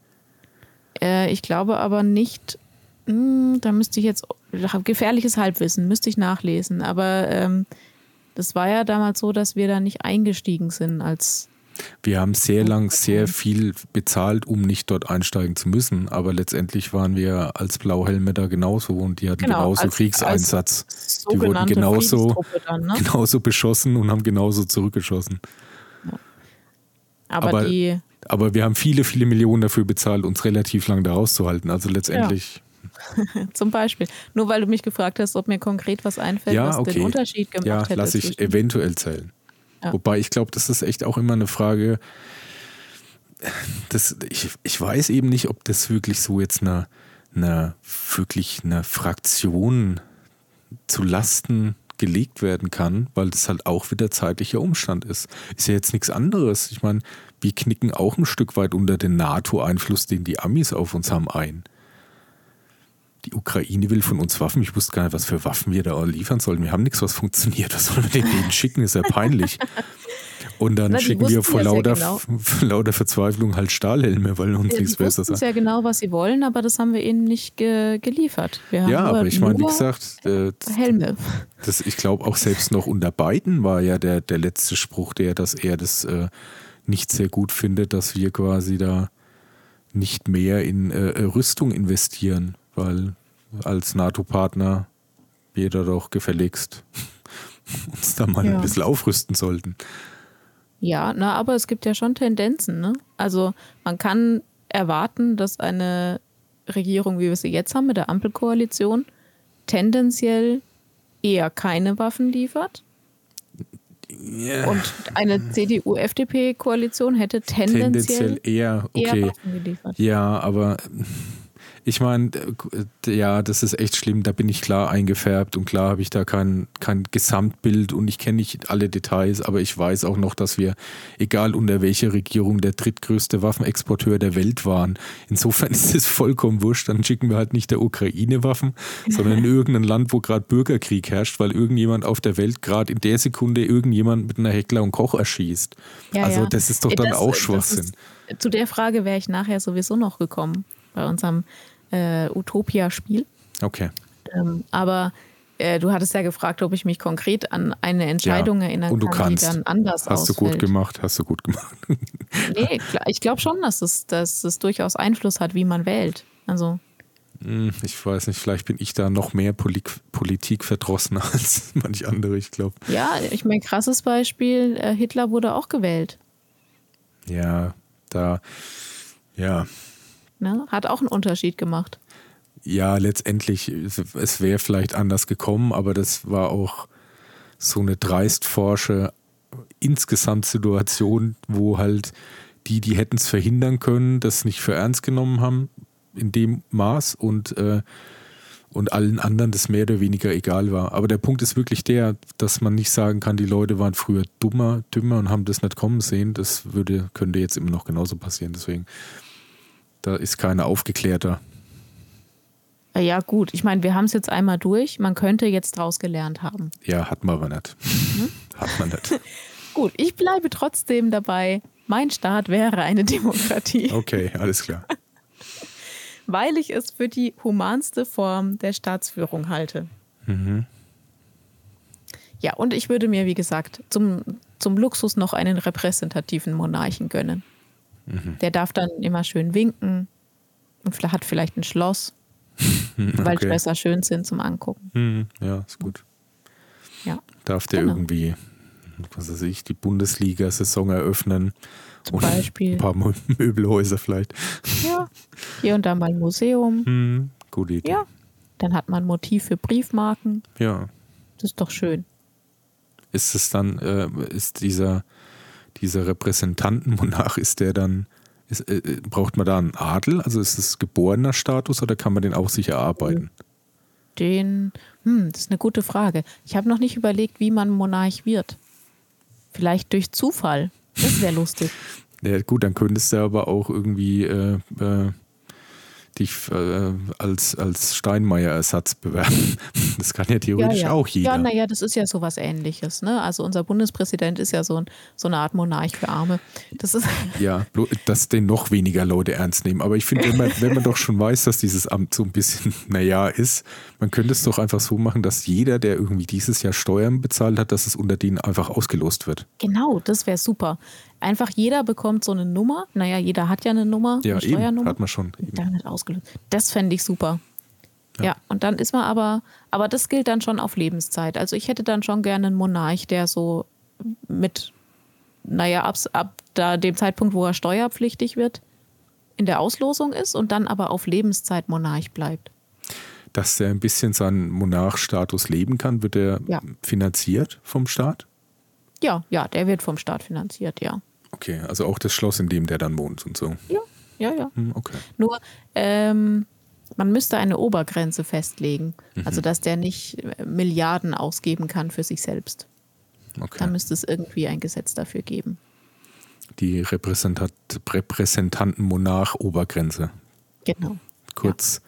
Äh, ich glaube aber nicht, mh, da müsste ich jetzt, gefährliches Halbwissen, müsste ich nachlesen. Aber ähm, das war ja damals so, dass wir da nicht eingestiegen sind als... Wir haben sehr lang sehr viel bezahlt, um nicht dort einsteigen zu müssen. Aber letztendlich waren wir als Blauhelme da genauso und die hatten genau, genauso als, Kriegseinsatz. Als die wurden genauso, dann, ne? genauso beschossen und haben genauso zurückgeschossen. Aber, aber, die aber wir haben viele, viele Millionen dafür bezahlt, uns relativ lang da rauszuhalten. Also letztendlich. Ja. Zum Beispiel. Nur weil du mich gefragt hast, ob mir konkret was einfällt, ja, was okay. den Unterschied gemacht ja, hätte. Ja, lasse ich eventuell zählen. Ja. Wobei ich glaube, das ist echt auch immer eine Frage. Das, ich, ich weiß eben nicht, ob das wirklich so jetzt eine, eine wirklich eine Fraktion zu Lasten gelegt werden kann, weil das halt auch wieder zeitlicher Umstand ist. Ist ja jetzt nichts anderes. Ich meine, wir knicken auch ein Stück weit unter den NATO-Einfluss, den die Amis auf uns haben, ein. Die Ukraine will von uns Waffen. Ich wusste gar nicht, was für Waffen wir da liefern sollen. Wir haben nichts, was funktioniert. Was sollen wir denen schicken? Ist ja peinlich. Und dann Na, die schicken wir wussten vor ja sehr lauter, genau. vor lauter Verzweiflung halt Stahlhelme, weil uns Ja, nichts die Besseres wussten sagt. ja genau, was sie wollen, aber das haben wir ihnen nicht ge geliefert. Wir haben Ja, nur, aber ich meine, wie nur gesagt, äh, Helme. das, ich glaube auch selbst noch unter Biden war ja der, der letzte Spruch, der, dass er das äh, nicht sehr gut findet, dass wir quasi da nicht mehr in äh, Rüstung investieren, weil als NATO-Partner wir da doch gefälligst uns da mal Ja. ein bisschen aufrüsten sollten. Ja, na, aber es gibt ja schon Tendenzen, ne? Also man kann erwarten, dass eine Regierung, wie wir sie jetzt haben, mit der Ampelkoalition, tendenziell eher keine Waffen liefert. Ja. Und eine C D U-F D P-Koalition hätte tendenziell, Tendenziell eher, okay. eher Waffen geliefert. Ja, aber ich meine, ja, das ist echt schlimm, da bin ich klar eingefärbt und klar habe ich da kein, kein Gesamtbild und ich kenne nicht alle Details, aber ich weiß auch noch, dass wir, egal unter welcher Regierung, der drittgrößte Waffenexporteur der Welt waren. Insofern ist es vollkommen wurscht, dann schicken wir halt nicht der Ukraine Waffen, sondern in irgendein Land, wo gerade Bürgerkrieg herrscht, weil irgendjemand auf der Welt gerade in der Sekunde irgendjemand mit einer Heckler und Koch erschießt. Ja, also ja. das ist doch dann Das- auch das Schwachsinn. ist- Zu der Frage wäre ich nachher sowieso noch gekommen, bei unserem äh, Utopia-Spiel. Okay. Ähm, aber äh, du hattest ja gefragt, ob ich mich konkret an eine Entscheidung Ja, erinnern und du kann, kannst. die dann anders Hast du ausfällt. gut gemacht, hast du gut gemacht. Nee, klar, ich glaube schon, dass es, dass es durchaus Einfluss hat, wie man wählt. Also, Hm, Ich weiß nicht, vielleicht bin ich da noch mehr Polik Politik verdrossen als manch andere, ich glaube. ja, ich meine, krasses Beispiel, äh, Hitler wurde auch gewählt. Ja, da, ja, Ne? Hat auch einen Unterschied gemacht. ja, letztendlich, es, es wäre vielleicht anders gekommen, aber das war auch so eine dreistforsche Insgesamt-Situation, wo halt die, die hätten es verhindern können, das nicht für ernst genommen haben in dem Maß und, äh, und allen anderen das mehr oder weniger egal war. Aber der Punkt ist wirklich der, dass man nicht sagen kann, die Leute waren früher dummer, dümmer und haben das nicht kommen sehen. Das würde, könnte jetzt immer noch genauso passieren. Deswegen, da ist keiner aufgeklärter. Äh, Ja, gut, ich meine, wir haben es jetzt einmal durch. Man könnte jetzt draus gelernt haben. Ja, hat man aber nicht. Hat man nicht. Gut, ich bleibe trotzdem dabei. Mein Staat wäre eine Demokratie, Okay, alles klar. weil ich es für die humanste Form der Staatsführung halte. Mhm. Ja, und ich würde mir, wie gesagt, zum, zum Luxus noch einen repräsentativen Monarchen gönnen. Mhm. Der darf dann immer schön winken und vielleicht- hat vielleicht ein Schloss, weil Okay. Schlösser schön sind zum Angucken. Mhm. Ja, ist gut. Ja, Darf der Genau. irgendwie, was weiß ich, die Bundesliga-Saison eröffnen? zum Und Beispiel. ein paar Mö- Möbelhäuser vielleicht. Ja, hier und da mal ein Museum. Hm, gute Idee. Ja, dann hat man ein Motiv für Briefmarken. Ja. Das ist doch schön. Ist es dann, äh, ist dieser, dieser Repräsentantenmonarch, ist der dann, ist, äh, braucht man da einen Adel? Also ist es geborener Status oder kann man den auch sich erarbeiten? Den, hm, das ist eine gute Frage. Ich habe noch nicht überlegt, wie man Monarch wird. Vielleicht durch Zufall. Das wäre lustig. Ja, gut, dann könntest du aber auch irgendwie äh, äh, dich äh, als, als Steinmeier-Ersatz bewerben. Das kann ja theoretisch ja. auch jeder. Ja, naja, das ist ja sowas Ähnliches. Ne? Also unser Bundespräsident ist ja so, ein, so eine Art Monarch für Arme. Das ist Ja, blo- dass den noch weniger Leute ernst nehmen. Aber ich finde, wenn man, wenn man doch schon weiß, dass dieses Amt so ein bisschen, naja, ist, man könnte es doch einfach so machen, dass jeder, der irgendwie dieses Jahr Steuern bezahlt hat, dass es unter denen einfach ausgelost wird. genau, das wäre super. Einfach jeder bekommt so eine Nummer. Naja, jeder hat ja eine Nummer, Ja, eine eben, Steuernummer. hat man schon. Eben. Dann wird ausgelöst. Das fände ich super. Ja. Ja. und dann ist man aber, aber das gilt dann schon auf Lebenszeit. Also ich hätte dann schon gerne einen Monarch, der so mit, naja, ab, ab da, dem Zeitpunkt, wo er steuerpflichtig wird, in der Auslosung ist und dann aber auf Lebenszeit Monarch bleibt. Dass der ein bisschen seinen Monarchstatus leben kann, wird er Ja. finanziert vom Staat? Ja, ja, der wird vom Staat finanziert, ja. Okay, also auch das Schloss, in dem der dann wohnt und so. Ja, ja, ja. Hm, okay. Nur, ähm, man müsste eine Obergrenze festlegen. Mhm. Also, dass der nicht äh, Milliarden ausgeben kann für sich selbst. okay. Dann müsste es irgendwie ein Gesetz dafür geben. Die Repräsentat Repräsentanten-Monarch-Obergrenze. Genau. Kurz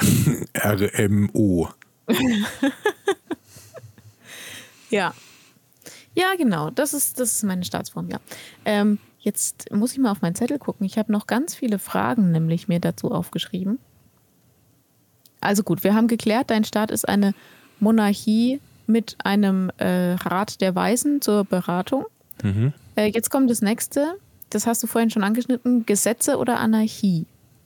R M O. Ja. Ja, genau. Das ist, das ist meine Staatsform, ja. Ähm, jetzt muss ich mal auf meinen Zettel gucken. Ich habe noch ganz viele Fragen nämlich mir dazu aufgeschrieben. Also gut, wir haben geklärt, dein Staat ist eine Monarchie mit einem äh, Rat der Weisen zur Beratung. Mhm. Äh, jetzt kommt das nächste. Das hast du vorhin schon angeschnitten. Gesetze oder Anarchie?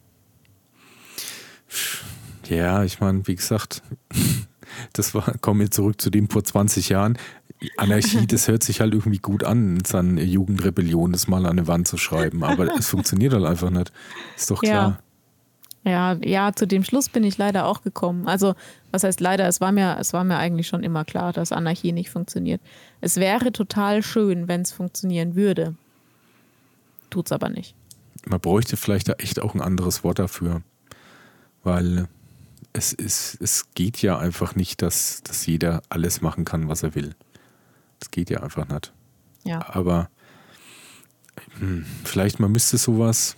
Ja, ich meine, wie gesagt, das war, kommen wir zurück zu dem vor zwanzig Jahren. Anarchie, das hört sich halt irgendwie gut an, seine Jugendrebellion das mal an eine Wand zu schreiben, aber es funktioniert halt einfach nicht. Ist doch klar. Ja, ja, ja, zu dem Schluss bin ich leider auch gekommen. Also, was heißt leider? Es war mir, es war mir eigentlich schon immer klar, dass Anarchie nicht funktioniert. Es wäre total schön, wenn es funktionieren würde. Tut's aber nicht. Man bräuchte vielleicht da echt auch ein anderes Wort dafür, weil es ist, es geht ja einfach nicht, dass, dass jeder alles machen kann, was er will. Das geht ja einfach nicht. Ja. Aber hm, vielleicht man müsste sowas.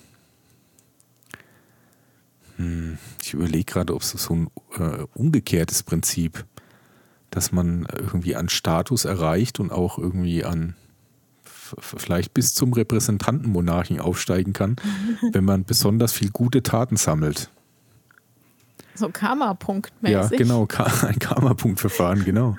Hm, ich überlege gerade, ob es so ein äh, umgekehrtes Prinzip, dass man irgendwie an Status erreicht und auch irgendwie an f- vielleicht bis zum Repräsentantenmonarchen aufsteigen kann, wenn man besonders viel gute Taten sammelt. So Karma-Punktmäßig. Ja, genau, ein Karma-Punktverfahren, genau.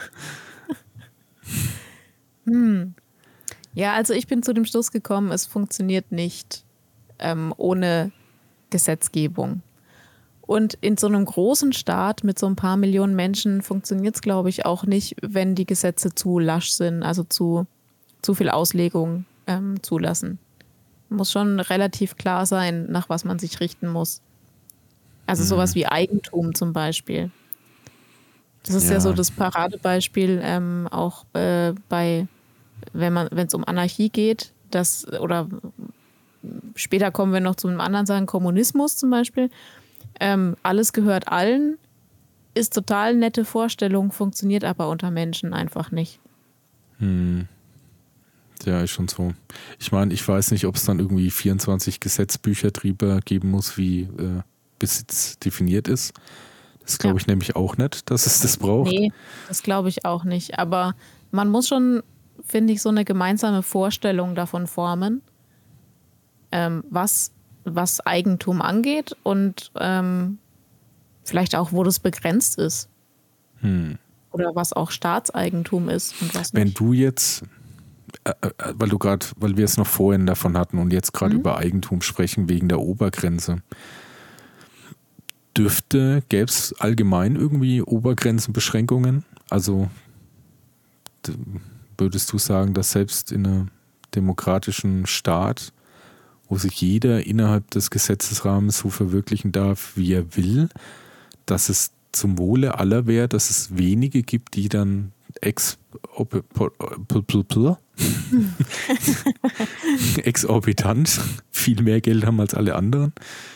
Hm. Ja, also ich bin zu dem Schluss gekommen, es funktioniert nicht ähm, ohne Gesetzgebung. Und in so einem großen Staat mit so ein paar Millionen Menschen funktioniert es, glaube ich, auch nicht, wenn die Gesetze zu lasch sind, also zu, zu viel Auslegung ähm, zulassen. Muss schon relativ klar sein, nach was man sich richten muss. Also Mhm. sowas wie Eigentum zum Beispiel. Das ist ja, Ja. so das Paradebeispiel ähm, auch äh, bei, wenn man, wenn es um Anarchie geht, das, oder später kommen wir noch zu einem anderen Sagen, Kommunismus zum Beispiel. Ähm, alles gehört allen, ist total nette Vorstellung, funktioniert aber unter Menschen einfach nicht. Hm. Ja, ist schon so. Ich meine, ich weiß nicht, ob es dann irgendwie vierundzwanzig Gesetzbücher drüber geben muss, wie äh, Besitz definiert ist. Das glaube Ja. ich nämlich auch nicht, dass es das braucht. Nee, das glaube ich auch nicht. Aber man muss schon, finde ich, so eine gemeinsame Vorstellung davon formen, ähm, was, was Eigentum angeht und ähm, vielleicht auch, wo das begrenzt ist. Hm. Oder was auch Staatseigentum ist und was Wenn nicht. du jetzt, äh, äh, weil du gerade, weil wir es noch vorhin davon hatten und jetzt gerade Mhm. über Eigentum sprechen wegen der Obergrenze, dürfte, gäbe es allgemein irgendwie Obergrenzenbeschränkungen? Also d- würdest du sagen, dass selbst in einem demokratischen Staat, wo sich jeder innerhalb des Gesetzesrahmens so verwirklichen darf, wie er will, dass es zum Wohle aller wäre, dass es wenige gibt, die dann ex exorbitant viel mehr Geld haben als alle anderen?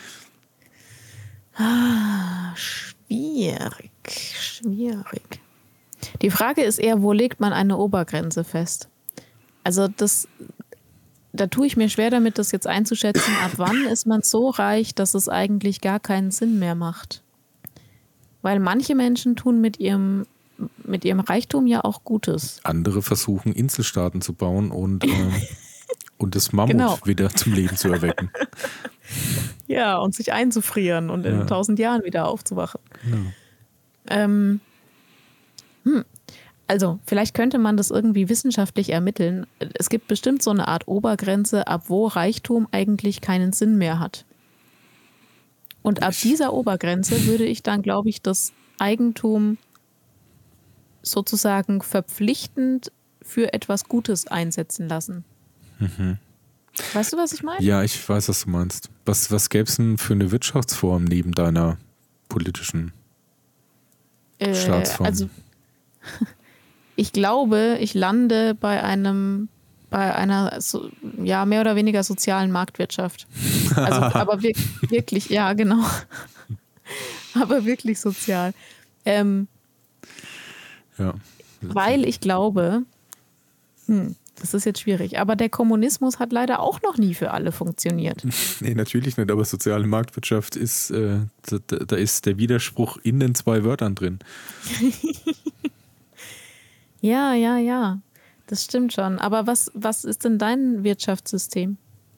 Ah, schwierig, schwierig. Die Frage ist eher, wo legt man eine Obergrenze fest? Also das, da tue ich mir schwer damit, das jetzt einzuschätzen, ab wann ist man so reich, dass es eigentlich gar keinen Sinn mehr macht. Weil manche Menschen tun mit ihrem, mit ihrem Reichtum ja auch Gutes. Andere versuchen, Inselstaaten zu bauen und, ähm, und das Mammut Genau. wieder zum Leben zu erwecken. Ja, und sich einzufrieren und Ja. in tausend Jahren wieder aufzuwachen. Genau. Ähm, hm. Also, vielleicht könnte man das irgendwie wissenschaftlich ermitteln. Es gibt bestimmt so eine Art Obergrenze, ab wo Reichtum eigentlich keinen Sinn mehr hat. Und ab dieser Obergrenze würde ich dann, glaube ich, das Eigentum sozusagen verpflichtend für etwas Gutes einsetzen lassen. Mhm. Weißt du, was ich meine? Ja, ich weiß, was du meinst. Was, was gäbe es denn für eine Wirtschaftsform neben deiner politischen Äh, Staatsform? also, ich glaube, ich lande bei einem, bei einer, so, ja, mehr oder weniger sozialen Marktwirtschaft. Also, aber wir, wirklich, ja, genau. Aber wirklich sozial. Ähm, ja. weil ich glaube, hm, das ist jetzt schwierig, aber der Kommunismus hat leider auch noch nie für alle funktioniert. Nee, natürlich nicht, aber soziale Marktwirtschaft ist, äh, da, da ist der Widerspruch in den zwei Wörtern drin. Ja, ja, ja. Das stimmt schon. Aber was, was ist denn dein Wirtschaftssystem?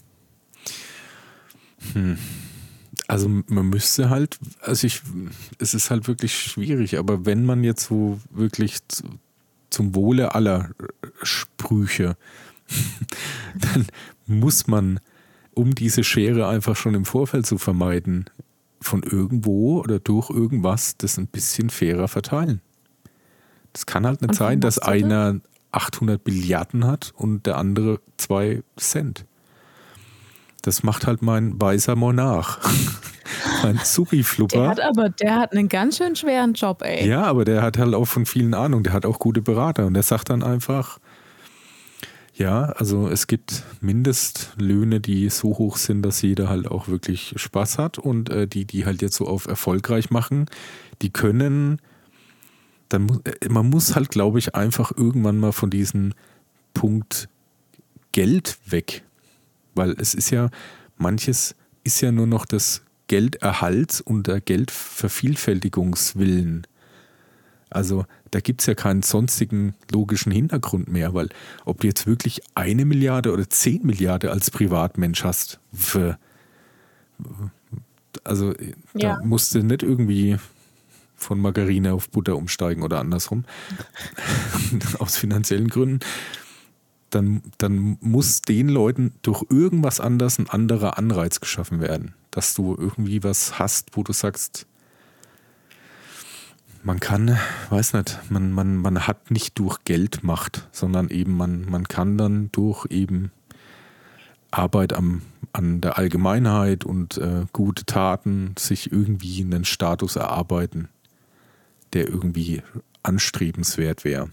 Hm. Also man müsste halt, also ich, es ist halt wirklich schwierig, aber wenn man jetzt so wirklich zu, zum Wohle aller Sprüche, dann muss man, um diese Schere einfach schon im Vorfeld zu vermeiden, von irgendwo oder durch irgendwas das ein bisschen fairer verteilen. Das kann halt nicht Und wie sein, dass machst du einer achthundert Billiarden hat und der andere zwei Cent. Das macht halt mein weißer Monarch. Mein Supi-Flupper. Der hat aber, der hat einen ganz schön schweren Job, ey. Ja, aber der hat halt auch von vielen Ahnung. Der hat auch gute Berater und der sagt dann einfach, ja, also es gibt Mindestlöhne, die so hoch sind, dass jeder halt auch wirklich Spaß hat und äh, die, die halt jetzt so auf erfolgreich machen, die können, dann mu- äh, man muss halt, glaube ich, einfach irgendwann mal von diesem Punkt Geld weg. Weil es ist ja, manches ist ja nur noch das Gelderhalts- und der Geldvervielfältigungswillen. Also da gibt es ja keinen sonstigen logischen Hintergrund mehr, weil ob du jetzt wirklich eine Milliarde oder zehn Milliarden als Privatmensch hast, für, also Ja. da musst du nicht irgendwie von Margarine auf Butter umsteigen oder andersrum, aus finanziellen Gründen. Dann, dann muss den Leuten durch irgendwas anderes ein anderer Anreiz geschaffen werden, dass du irgendwie was hast, wo du sagst, man kann, weiß nicht, man, man, man hat nicht durch Geld Macht, sondern eben man, man kann dann durch eben Arbeit am, an der Allgemeinheit und äh, gute Taten sich irgendwie einen Status erarbeiten, der irgendwie anstrebenswert wäre.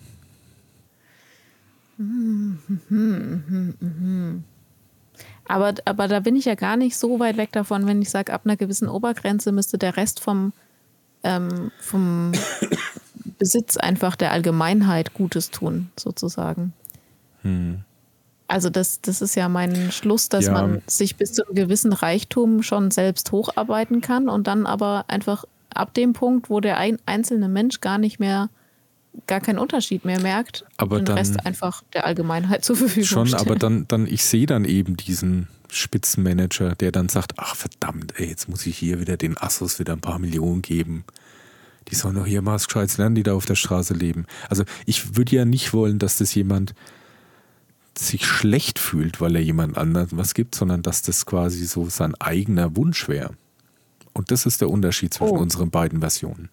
Aber, aber da bin ich ja gar nicht so weit weg davon, wenn ich sage, ab einer gewissen Obergrenze müsste der Rest vom, ähm, vom Besitz einfach der Allgemeinheit Gutes tun, sozusagen. Hm. Also das, das ist ja mein Schluss, dass Ja. man sich bis zu einem gewissen Reichtum schon selbst hocharbeiten kann und dann aber einfach ab dem Punkt, wo der ein, einzelne Mensch gar nicht mehr gar keinen Unterschied mehr merkt, Aber den dann- Rest einfach der Allgemeinheit zur Verfügung Schon, stellen. aber dann, dann ich sehe dann eben diesen Spitzenmanager, der dann sagt, ach verdammt, ey, jetzt muss ich hier wieder den Assos wieder ein paar Millionen geben. Die sollen doch hier mal was Gescheites lernen, die da auf der Straße leben. Also ich würde ja nicht wollen, dass das jemand sich schlecht fühlt, weil er jemand anderem was gibt, sondern dass das quasi so sein eigener Wunsch wäre. Und das ist der Unterschied zwischen Oh. unseren beiden Versionen.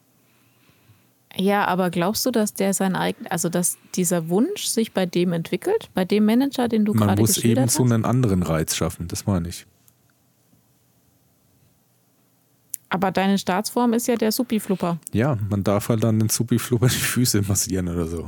Ja, aber glaubst du, dass der sein eigen, also dass dieser Wunsch sich bei dem entwickelt, bei dem Manager, den du Man gerade muss geschildert eben so hast? einen anderen Reiz schaffen, das meine ich. Aber deine Staatsform ist ja der Supi-Flupper. Ja, man darf halt dann den Supi-Flupper die Füße massieren oder so.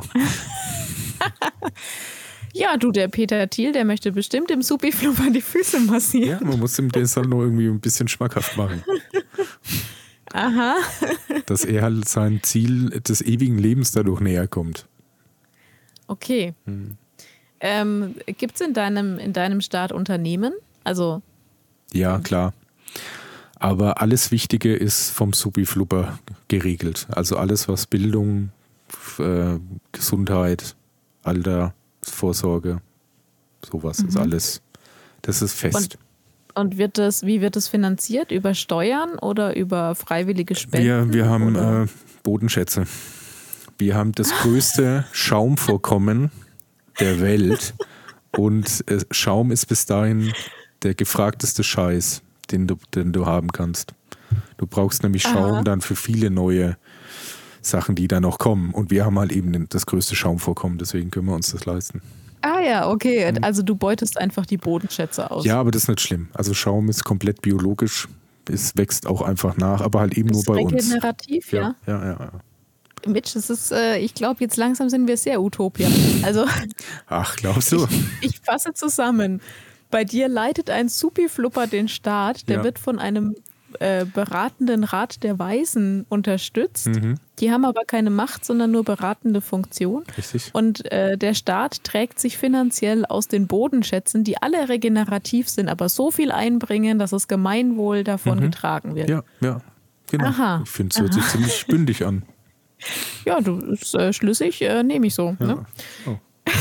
Ja, du, der Peter Thiel, der möchte bestimmt dem Supi-Flupper die Füße Ja, massieren. man muss ihm das halt nur irgendwie ein bisschen schmackhaft machen. Aha. Dass er halt sein Ziel des ewigen Lebens dadurch näher kommt. Okay. Hm. Ähm, Gibt es in deinem, in deinem Staat Unternehmen? Also, Ja, klar. Aber alles Wichtige ist vom Supi-Flupper geregelt. Also alles, was Bildung, f- äh, Gesundheit, Alter, Vorsorge, sowas ist alles, das ist fest. und wird das, wie wird das finanziert? Über Steuern oder über freiwillige Spenden? Wir, wir haben oder? äh, Bodenschätze. Wir haben das größte Schaumvorkommen der Welt und äh, Schaum ist bis dahin der gefragteste Scheiß, den du, den du haben kannst. Du brauchst nämlich Schaum Aha. dann für viele neue Sachen, die da noch kommen. Und wir haben halt eben den, das größte Schaumvorkommen, deswegen können wir uns das leisten. Ah ja, okay. Also du beutest einfach die Bodenschätze aus. Ja, aber das ist nicht schlimm. Also Schaum ist komplett biologisch. Es wächst auch einfach nach, aber halt eben Das nur ist bei uns. regenerativ, ja. Ja, ja, ja. ja. Mitch, das ist, äh, ich glaube, jetzt langsam sind wir sehr Utopia. Also Ach, glaubst du? ich fasse zusammen. Bei dir leitet ein Supi-Flupper den Staat, der Ja. wird von einem äh, beratenden Rat der Weisen unterstützt. Mhm. Die haben aber keine Macht, sondern nur beratende Funktion. Richtig. Und äh, der Staat trägt sich finanziell aus den Bodenschätzen, die alle regenerativ sind, aber so viel einbringen, dass das Gemeinwohl davon Mhm. getragen wird. Ja, ja. Genau. Aha. Ich finde, es hört sich ziemlich bündig an. Ja, du ist äh, schlüssig, äh, nehme ich so. Ja. Ne? Oh.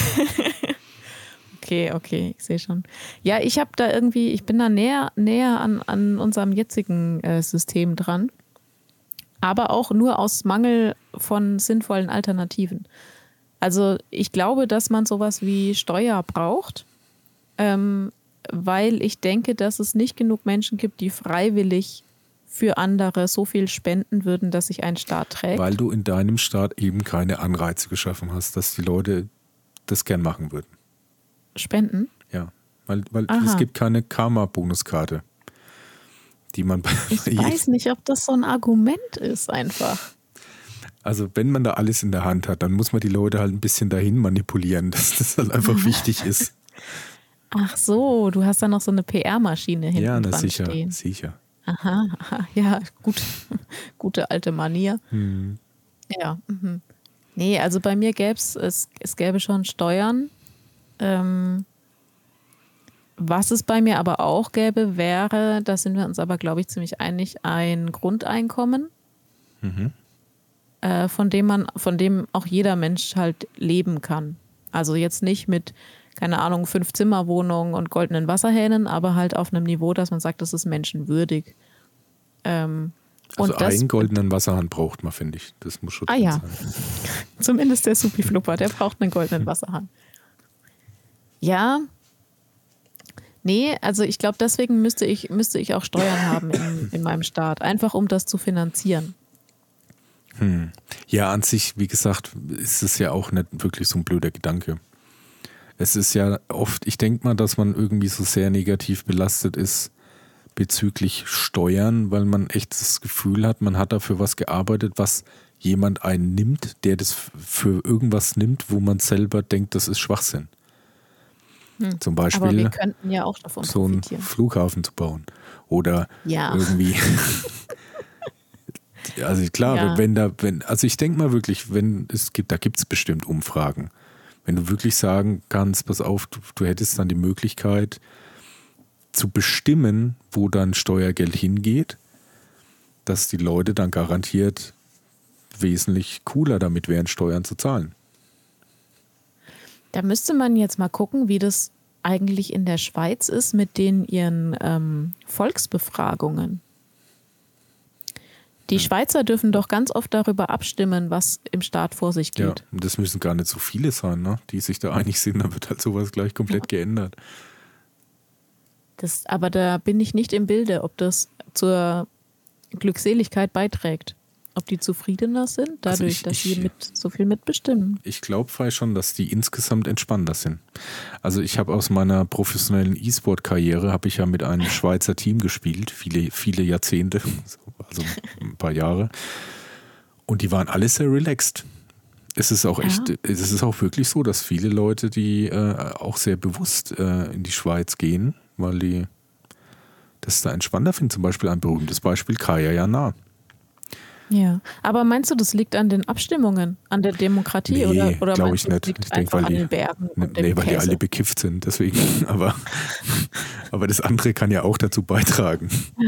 Okay, okay, ich sehe schon. Ja, ich habe da irgendwie, ich bin da näher, näher an, an unserem jetzigen äh, System dran. Aber auch nur aus Mangel von sinnvollen Alternativen. Also ich glaube, dass man sowas wie Steuer braucht, ähm, weil ich denke, dass es nicht genug Menschen gibt, die freiwillig für andere so viel spenden würden, dass sich ein Staat trägt. Weil du in deinem Staat eben keine Anreize geschaffen hast, dass die Leute das gern machen würden. Spenden? Ja, weil, weil es gibt keine Karma-Bonuskarte, die man bei Ich weiß nicht, ob das so ein Argument ist einfach. Also wenn man da alles in der Hand hat, dann muss man die Leute halt ein bisschen dahin manipulieren, dass das halt einfach wichtig ist. Ach so, du hast da noch so eine P R-Maschine hinten ja, na, dran sicher, stehen. sicher. Aha, aha, ja, gut. Gute alte Manier. Hm. Ja. Mhm. Nee, also bei mir gäbe es, es gäbe schon Steuern. Ähm, was es bei mir aber auch gäbe, wäre, da sind wir uns aber, glaube ich, ziemlich einig, ein Grundeinkommen, Mhm. äh, von dem man, von dem auch jeder Mensch halt leben kann. Also jetzt nicht mit, keine Ahnung, fünf Zimmerwohnungen und goldenen Wasserhähnen, aber halt auf einem Niveau, dass man sagt, das ist menschenwürdig. Ähm, Also und das, einen goldenen Wasserhahn braucht man, finde ich. Das muss schon Ah drin ja. sein. Zumindest der Supi-Flupper, der braucht einen goldenen Wasserhahn. Ja. Nee, also ich glaube, deswegen müsste ich, müsste ich auch Steuern haben in, in meinem Staat. Einfach um das zu finanzieren. Hm. Ja, an sich, wie gesagt, ist es ja auch nicht wirklich so ein blöder Gedanke. Es ist ja oft, ich denke mal, dass man irgendwie so sehr negativ belastet ist bezüglich Steuern, weil man echt das Gefühl hat, man hat dafür was gearbeitet, was jemand einen nimmt, der das für irgendwas nimmt, wo man selber denkt, das ist Schwachsinn. Hm. Zum Beispiel Aber wir könnten ja auch davon so einen profitieren. Flughafen zu bauen. Oder Ja. irgendwie. Also klar, Ja. wenn da, wenn, also ich denke mal wirklich, wenn es gibt, da gibt es bestimmt Umfragen. Wenn du wirklich sagen kannst, pass auf, du, du hättest dann die Möglichkeit zu bestimmen, wo dann Steuergeld hingeht, dass die Leute dann garantiert wesentlich cooler damit wären, Steuern zu zahlen. Da müsste man jetzt mal gucken, wie das eigentlich in der Schweiz ist mit den ihren ähm, Volksbefragungen. Die Schweizer dürfen doch ganz oft darüber abstimmen, was im Staat vor sich Ja, geht. und das müssen gar nicht so viele sein, ne? Die sich da einig sind, dann wird halt sowas gleich komplett geändert. Das, aber da bin ich nicht im Bilde, ob das zur Glückseligkeit beiträgt. Ob die zufriedener sind, dadurch, Also ich- dass ich- sie mit, so viel mitbestimmen. Ich glaube frei schon, dass die insgesamt entspannter sind. Also ich habe aus meiner professionellen E-Sport-Karriere, habe ich ja mit einem Schweizer Team gespielt, viele, viele Jahrzehnte, also ein paar Jahre. Und die waren alle sehr relaxed. Es ist auch Ja. echt, es ist auch wirklich so, dass viele Leute, die äh, auch sehr bewusst äh, in die Schweiz gehen, weil die das da entspannter finden. Zum Beispiel ein berühmtes Beispiel, Kaya Jana. Ja, aber meinst du, das liegt an den Abstimmungen, an der Demokratie? Nee, oder oder glaub meinst ich du, nicht. es liegt Ich denk, einfach weil an die- den Bergen und dem Nee, weil die Käse? alle bekifft sind, deswegen. Aber, aber das andere kann ja auch dazu beitragen.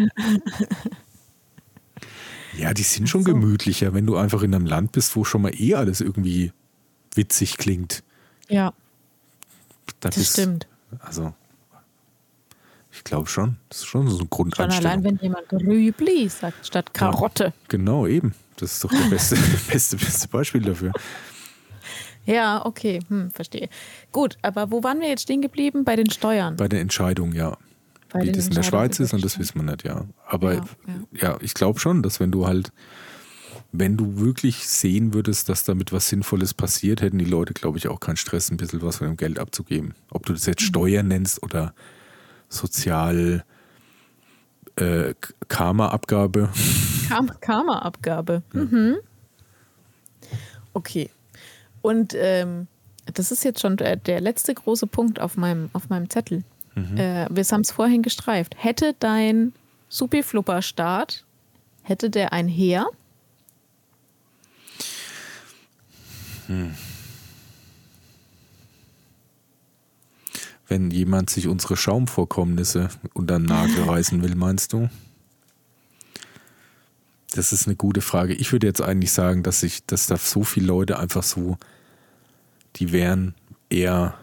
Ja, die sind schon Ach so. gemütlicher, wenn du einfach in einem Land bist, wo schon mal eh alles irgendwie witzig klingt. Ja, Da das bist- stimmt. Also, ich glaube schon. Das ist schon so eine Schon Grundeinstellung. allein, wenn jemand Rübli sagt statt Karotte. Genau, eben. Das ist doch das beste, beste, beste Beispiel dafür. Ja, okay, hm, verstehe. Gut, aber wo waren wir jetzt stehen geblieben? Bei den Steuern. Bei der Entscheidung, ja. Bei Wie den das in der Entscheidungen Schweiz ist, und das über wissen wir nicht, ja. Aber Ja, ja, ja. ich glaube schon, dass wenn du halt, wenn du wirklich sehen würdest, dass damit was Sinnvolles passiert, hätten die Leute, glaube ich, auch keinen Stress, ein bisschen was von dem Geld abzugeben. Ob du das jetzt Steuern nennst oder sozial äh, Karma-Abgabe. Kam- Karma-Abgabe. Mhm. Okay. Und ähm, das ist jetzt schon der, der letzte große Punkt auf meinem, auf meinem Zettel. Mhm. Äh, wir haben es vorhin gestreift. Hätte dein Supi-Flupper-Staat, hätte der ein Heer? Wenn jemand sich unsere Schaumvorkommnisse unter den Nagel reißen will, meinst du? Das ist eine gute Frage. Ich würde jetzt eigentlich sagen, dass ich, dass da so viele Leute einfach so, die wären eher,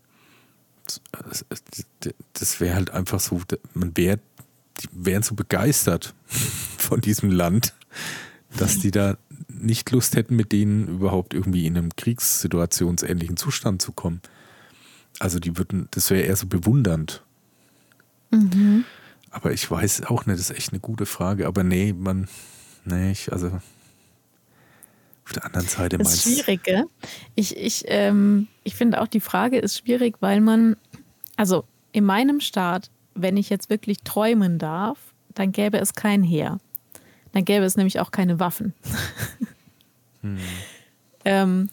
das wäre halt einfach so, man wäre, die wären so begeistert von diesem Land, dass die da nicht Lust hätten, mit denen überhaupt irgendwie in einem kriegssituationsähnlichen Zustand zu kommen. Also die würden, das wäre eher so bewundernd. Mhm. Aber ich weiß auch nicht, das ist echt eine gute Frage. Aber nee, man, nee, ich, also auf der anderen Seite Das ist meinst schwierig, gell? Ich, ich, ähm, ich finde auch, die Frage ist schwierig, weil man, also in meinem Staat, wenn ich jetzt wirklich träumen darf, dann gäbe es kein Heer. Dann gäbe es nämlich auch keine Waffen. hm. ähm,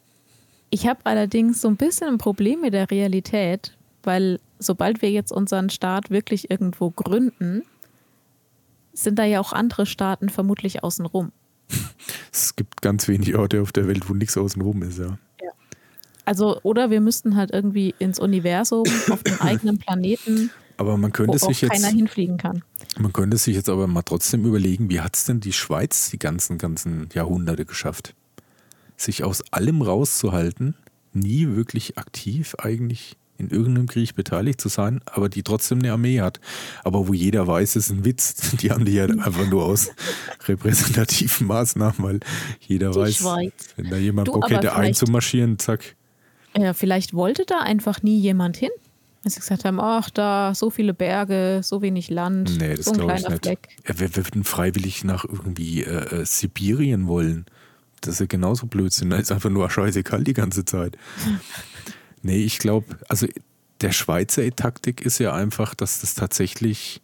ich habe allerdings so ein bisschen ein Problem mit der Realität, weil sobald wir jetzt unseren Staat wirklich irgendwo gründen, sind da ja auch andere Staaten vermutlich außenrum. Es gibt ganz wenige Orte auf der Welt, wo nichts außenrum ist, ja. ja. Also, oder wir müssten halt irgendwie ins Universum auf einem eigenen Planeten, aber man könnte wo sich auch keiner jetzt, hinfliegen kann. Man könnte sich jetzt aber mal trotzdem überlegen, wie hat es denn die Schweiz die ganzen, ganzen Jahrhunderte geschafft? Sich aus allem rauszuhalten, nie wirklich aktiv eigentlich in irgendeinem Krieg beteiligt zu sein, aber die trotzdem eine Armee hat. Aber wo jeder weiß, es ist ein Witz. Die haben die ja einfach nur aus repräsentativen Maßnahmen, weil jeder die weiß, Schweiz. Wenn da jemand du, Bock hätte einzumarschieren, zack. Ja, vielleicht wollte da einfach nie jemand hin. Als sie gesagt haben, ach, da so viele Berge, so wenig Land, nee, das so ein kleiner ich nicht. Fleck. Ja, wer wird denn freiwillig nach irgendwie äh, äh, Sibirien wollen? Das ist ja genauso Blödsinn. Da ist einfach nur scheißegal die ganze Zeit. Nee, ich glaube, also der Schweizer Taktik ist ja einfach, dass das tatsächlich,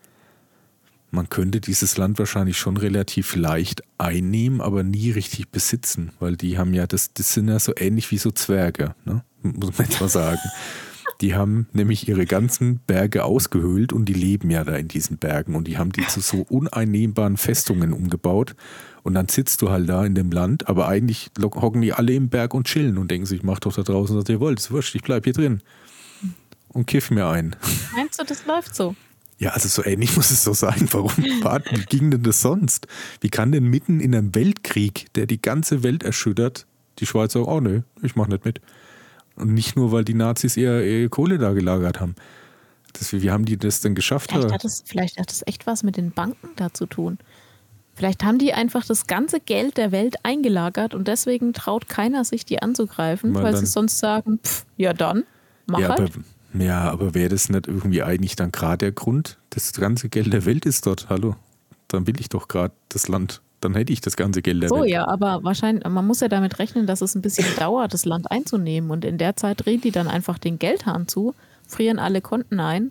man könnte dieses Land wahrscheinlich schon relativ leicht einnehmen, aber nie richtig besitzen, weil die haben ja, das, das sind ja so ähnlich wie so Zwerge, ne? Muss man jetzt mal sagen. Die haben nämlich ihre ganzen Berge ausgehöhlt und die leben ja da in diesen Bergen und die haben die zu so uneinnehmbaren Festungen umgebaut und dann sitzt du halt da in dem Land, aber eigentlich hocken die alle im Berg und chillen und denken sich, macht doch da draußen, was ihr wollt, ist wurscht, ich bleib hier drin und kiff mir ein. Meinst du, das läuft so? Ja, also so ähnlich muss es so sein. Warum, wie ging denn das sonst? Wie kann denn mitten in einem Weltkrieg, der die ganze Welt erschüttert, die Schweiz sagen, oh nö, ich mach nicht mit. Und nicht nur, weil die Nazis eher, eher Kohle da gelagert haben. Das, wie haben die das denn geschafft? Vielleicht hat, es, vielleicht hat es echt was mit den Banken da zu tun. Vielleicht haben die einfach das ganze Geld der Welt eingelagert und deswegen traut keiner sich, die anzugreifen, weil, weil sie sonst sagen, pff, ja dann, mach ja, halt. Aber, ja, aber wäre das nicht irgendwie eigentlich dann gerade der Grund? Das ganze Geld der Welt ist dort, hallo, dann will ich doch gerade das Land. Dann hätte ich das ganze Geld der so, Welt. So, ja, aber wahrscheinlich, man muss ja damit rechnen, dass es ein bisschen dauert, das Land einzunehmen. Und in der Zeit drehen die dann einfach den Geldhahn zu, frieren alle Konten ein.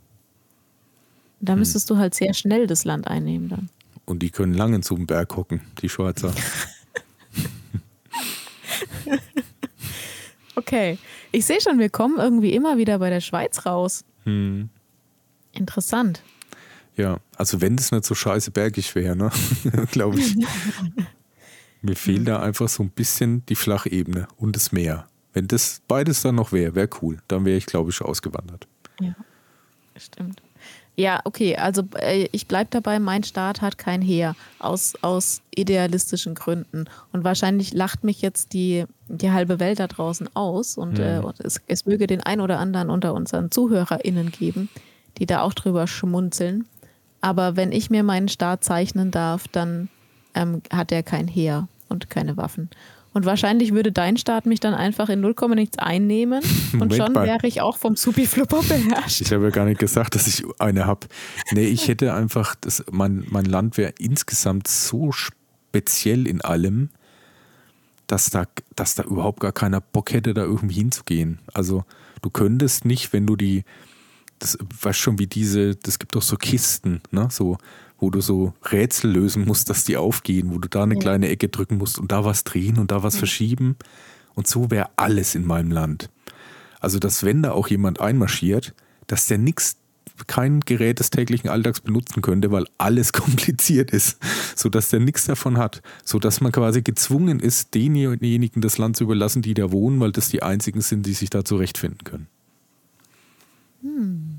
Da hm. müsstest du halt sehr schnell das Land einnehmen dann. Und die können lange zum Berg hocken, die Schweizer. Okay, ich sehe schon, wir kommen irgendwie immer wieder bei der Schweiz raus. Hm. Interessant. Ja, also wenn das nicht so scheiße bergig wäre, ne, glaube ich. Mir fehlt da einfach so ein bisschen die Flachebene und das Meer. Wenn das beides dann noch wäre, wäre cool. Dann wäre ich, glaube ich, ausgewandert. Ja, stimmt. Ja, okay, also äh, ich bleibe dabei, mein Staat hat kein Heer, aus, aus idealistischen Gründen. Und wahrscheinlich lacht mich jetzt die, die halbe Welt da draußen aus und, mhm. äh, und es, es möge den ein oder anderen unter unseren ZuhörerInnen geben, die da auch drüber schmunzeln. Aber wenn ich mir meinen Staat zeichnen darf, dann ähm, hat er kein Heer und keine Waffen. Und wahrscheinlich würde dein Staat mich dann einfach in null Komma nichts einnehmen und schon wäre ich auch vom Supi-Flipper beherrscht. Ich habe ja gar nicht gesagt, dass ich eine habe. Nee, ich hätte einfach, das, mein, mein Land wäre insgesamt so speziell in allem, dass da, dass da überhaupt gar keiner Bock hätte, da irgendwie hinzugehen. Also du könntest nicht, wenn du die, das weißt schon, wie diese, das gibt doch so Kisten, ne, so, wo du so Rätsel lösen musst, dass die aufgehen, wo du da eine ja. kleine Ecke drücken musst und da was drehen und da was ja. verschieben. Und so wäre alles in meinem Land. Also, dass wenn da auch jemand einmarschiert, dass der nix, kein Gerät des täglichen Alltags benutzen könnte, weil alles kompliziert ist, sodass der nichts davon hat, sodass man quasi gezwungen ist, denjenigen das Land zu überlassen, die da wohnen, weil das die einzigen sind, die sich da zurechtfinden können. Hm.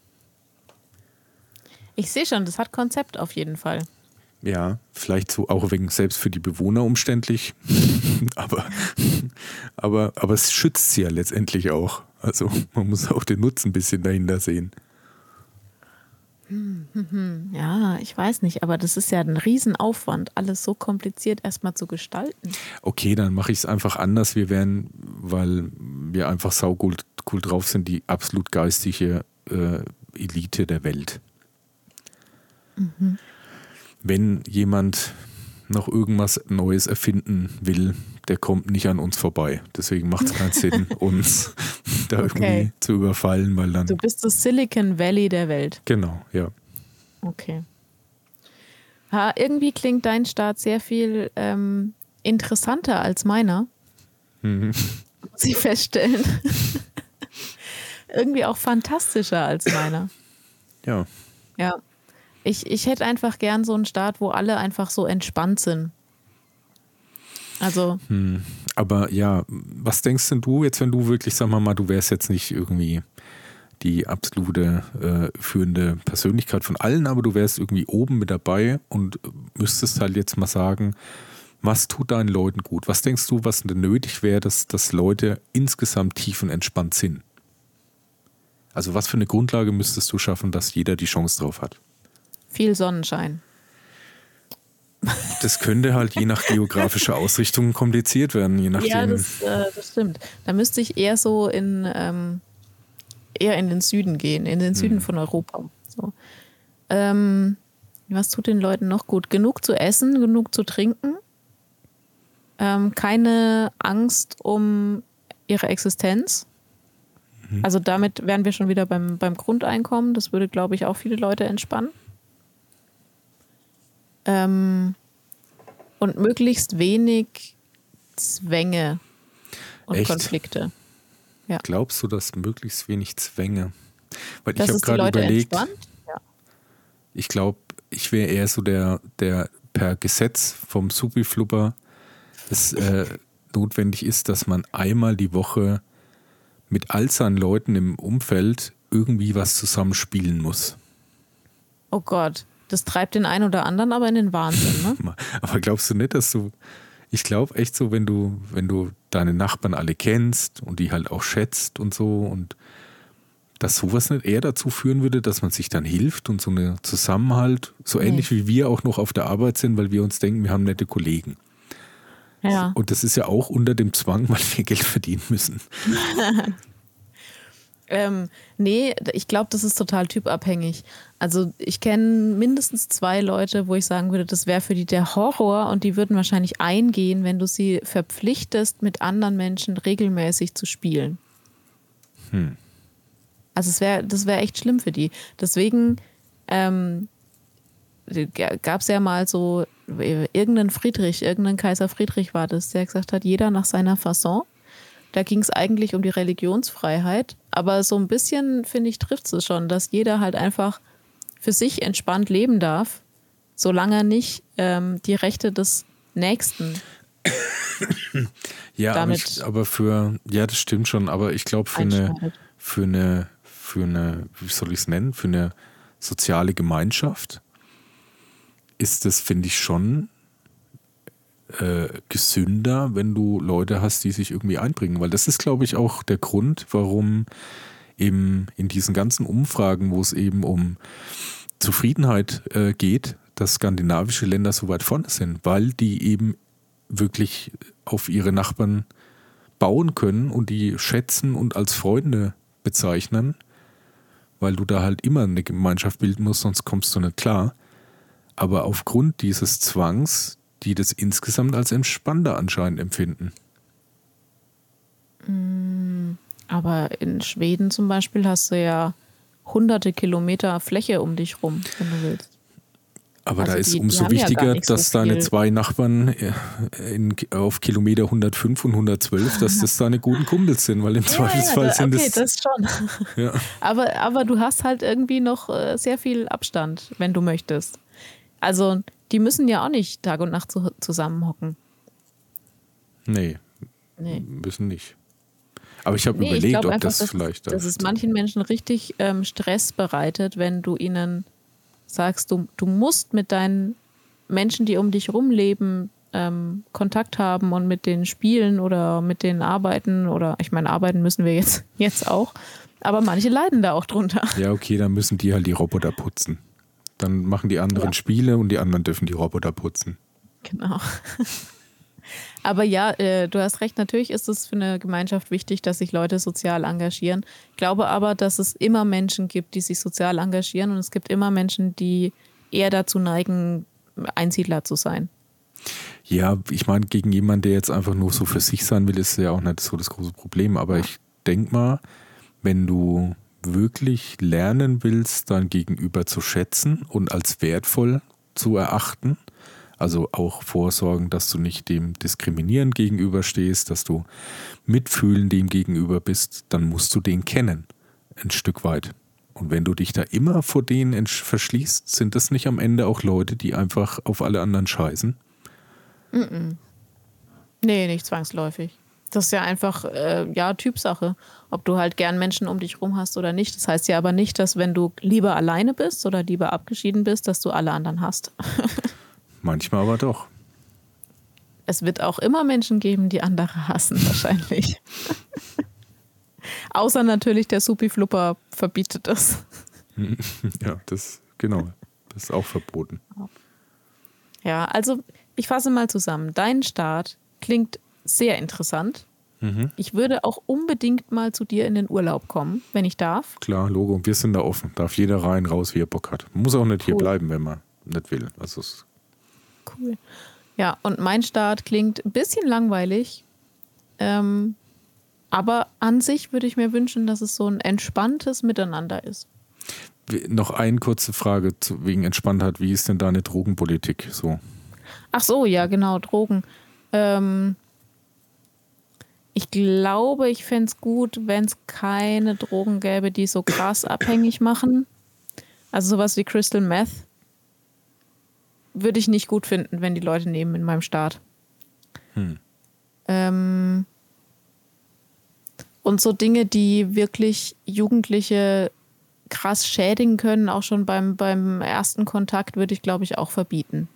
Ich sehe schon, das hat Konzept auf jeden Fall. Ja, vielleicht so auch wegen selbst für die Bewohner umständlich, aber, aber, aber es schützt sie ja letztendlich auch. Also man muss auch den Nutzen ein bisschen dahinter sehen. Ja, ich weiß nicht, aber das ist ja ein Riesenaufwand, alles so kompliziert erstmal zu gestalten. Okay, dann mache ich es einfach anders. Wir wären, weil wir einfach saugut cool drauf sind, die absolut geistige äh, Elite der Welt. Mhm. Wenn jemand noch irgendwas Neues erfinden will, der kommt nicht an uns vorbei. Deswegen macht es keinen Sinn, uns da Okay. irgendwie zu überfallen, weil dann... Du bist das Silicon Valley der Welt. Genau, ja. Okay. Ha, irgendwie klingt dein Staat sehr viel ähm, interessanter als meiner, Mhm. muss ich feststellen. Irgendwie auch fantastischer als meiner. Ja. Ja. Ich, ich hätte einfach gern so einen Staat, wo alle einfach so entspannt sind. Also, Hm. Aber ja, was denkst denn du jetzt, wenn du wirklich, sag mal mal, du wärst jetzt nicht irgendwie die absolute äh, führende Persönlichkeit von allen, aber du wärst irgendwie oben mit dabei und müsstest halt jetzt mal sagen, was tut deinen Leuten gut? Was denkst du, was denn nötig wäre, dass, dass Leute insgesamt tiefenentspannt sind? Also was für eine Grundlage müsstest du schaffen, dass jeder die Chance drauf hat? viel Sonnenschein. Das könnte halt je nach geografischer Ausrichtung kompliziert werden, je nachdem. Ja, das, äh, das stimmt. Da müsste ich eher so in, ähm, eher in den Süden gehen, in den Süden Hm. von Europa. So. Ähm, was tut den Leuten noch gut? Genug zu essen, genug zu trinken. Ähm, keine Angst um ihre Existenz. Mhm. Also damit wären wir schon wieder beim, beim Grundeinkommen. Das würde, glaube ich, auch viele Leute entspannen. Ähm, und möglichst wenig Zwänge und Echt? Konflikte. Glaubst du, dass möglichst wenig Zwänge? Weil ich Dass habe es die gerade Leute überlegt, entspannt? Ja. ich glaube, ich wäre eher so der, der per Gesetz vom Supi-Flupper es äh, notwendig ist, dass man einmal die Woche mit all seinen Leuten im Umfeld irgendwie was zusammenspielen muss. Oh Gott, das treibt den einen oder anderen aber in den Wahnsinn, ne? Aber glaubst du nicht, dass du, ich glaube echt so, wenn du, wenn du deine Nachbarn alle kennst und die halt auch schätzt und so und dass sowas nicht eher dazu führen würde, dass man sich dann hilft und so eine Zusammenhalt, so Nee. ähnlich wie wir auch noch auf der Arbeit sind, weil wir uns denken, wir haben nette Kollegen. Ja. Und das ist ja auch unter dem Zwang, weil wir Geld verdienen müssen. Ähm, nee, ich glaube, das ist total typabhängig. Also ich kenne mindestens zwei Leute, wo ich sagen würde, das wäre für die der Horror und die würden wahrscheinlich eingehen, wenn du sie verpflichtest, mit anderen Menschen regelmäßig zu spielen. Hm. Also es wär, das wäre echt schlimm für die. Deswegen ähm, gab es ja mal so, irgendein Friedrich, irgendein Kaiser Friedrich war das, der gesagt hat, jeder nach seiner Fasson. Da ging es eigentlich um die Religionsfreiheit, aber so ein bisschen, finde ich, trifft es schon, dass jeder halt einfach für sich entspannt leben darf, solange er nicht ähm, die Rechte des Nächsten Ja, aber, damit ich, aber für, ja, das stimmt schon, aber ich glaube für eine, einschneidet. für eine, für eine, wie soll ich es nennen, für eine soziale Gemeinschaft ist das, finde ich, schon äh, gesünder, wenn du Leute hast, die sich irgendwie einbringen. Weil das ist, glaube ich, auch der Grund, warum eben in diesen ganzen Umfragen, wo es eben um Zufriedenheit äh, geht, dass skandinavische Länder so weit vorne sind, weil die eben wirklich auf ihre Nachbarn bauen können und die schätzen und als Freunde bezeichnen, weil du da halt immer eine Gemeinschaft bilden musst, sonst kommst du nicht klar. Aber aufgrund dieses Zwangs, die das insgesamt als entspannter anscheinend empfinden. Aber in Schweden zum Beispiel hast du ja hunderte Kilometer Fläche um dich rum, wenn du willst. Aber Also da ist die- die umso haben ja gar wichtiger, nicht so dass deine viel. zwei Nachbarn äh, in, auf Kilometer hundertfünf und hundertzwölf, dass das deine guten Kumpels sind, weil im Zweifelsfall ja, sind okay, es... das schon. Ja. Aber, aber du hast halt irgendwie noch äh, sehr viel Abstand, wenn du möchtest. Also die müssen ja auch nicht Tag und Nacht zu, zusammenhocken. Nee, Nee. müssen nicht. Aber ich habe Nee, ich überlegt, glaube ob einfach, das dass, vielleicht... dass es manchen Menschen richtig ähm, Stress bereitet, wenn du ihnen sagst, du, du musst mit deinen Menschen, die um dich rumleben, ähm, Kontakt haben und mit denen spielen oder mit denen arbeiten oder ich meine, arbeiten müssen wir jetzt, jetzt auch, aber manche leiden da auch drunter. Ja, okay, dann müssen die halt die Roboter putzen. Dann machen die anderen Ja. Spiele und die anderen dürfen die Roboter putzen. Genau. Aber ja, äh, du hast recht, natürlich ist es für eine Gemeinschaft wichtig, dass sich Leute sozial engagieren. Ich glaube aber, dass es immer Menschen gibt, die sich sozial engagieren und es gibt immer Menschen, die eher dazu neigen, Einsiedler zu sein. Ja, ich meine, gegen jemanden, der jetzt einfach nur so für sich sein will, ist ja auch nicht so das große Problem. Aber ich denke mal, wenn du wirklich lernen willst, dein Gegenüber zu schätzen und als wertvoll zu erachten, also auch vorsorgen, dass du nicht dem diskriminierend gegenüberstehst, dass du mitfühlend dem gegenüber bist, dann musst du den kennen, ein Stück weit. Und wenn du dich da immer vor denen verschließt, sind das nicht am Ende auch Leute, die einfach auf alle anderen scheißen? Mm-mm. Nee, nicht zwangsläufig. Das ist ja einfach, äh, ja, Typsache, ob du halt gern Menschen um dich rum hast oder nicht. Das heißt ja aber nicht, dass wenn du lieber alleine bist oder lieber abgeschieden bist, dass du alle anderen hast. Manchmal aber doch. Es wird auch immer Menschen geben, die andere hassen, wahrscheinlich. Außer natürlich der Supi-Flupper verbietet das. Ja, das, genau. Das ist auch verboten. Ja, also ich fasse mal zusammen. Dein Start klingt sehr interessant. Mhm. Ich würde auch unbedingt mal zu dir in den Urlaub kommen, wenn ich darf. Klar, Logo. Wir sind da offen. Darf jeder rein, raus, wie er Bock hat. Muss auch nicht Cool. hier bleiben, wenn man nicht will. Also es Cool. Ja, und mein Start klingt ein bisschen langweilig. Ähm, aber an sich würde ich mir wünschen, dass es so ein entspanntes Miteinander ist. Noch eine kurze Frage zu, wegen Entspanntheit. Wie ist denn deine Drogenpolitik so? Ach so, ja, genau, Drogen. Ähm, ich glaube, ich fände es gut, wenn es keine Drogen gäbe, die so krass abhängig machen. Also sowas wie Crystal Meth würde ich nicht gut finden, wenn die Leute nehmen in meinem Staat. Hm. Ähm, und so Dinge, die wirklich Jugendliche krass schädigen können, auch schon beim, beim ersten Kontakt, würde ich, glaube ich, auch verbieten.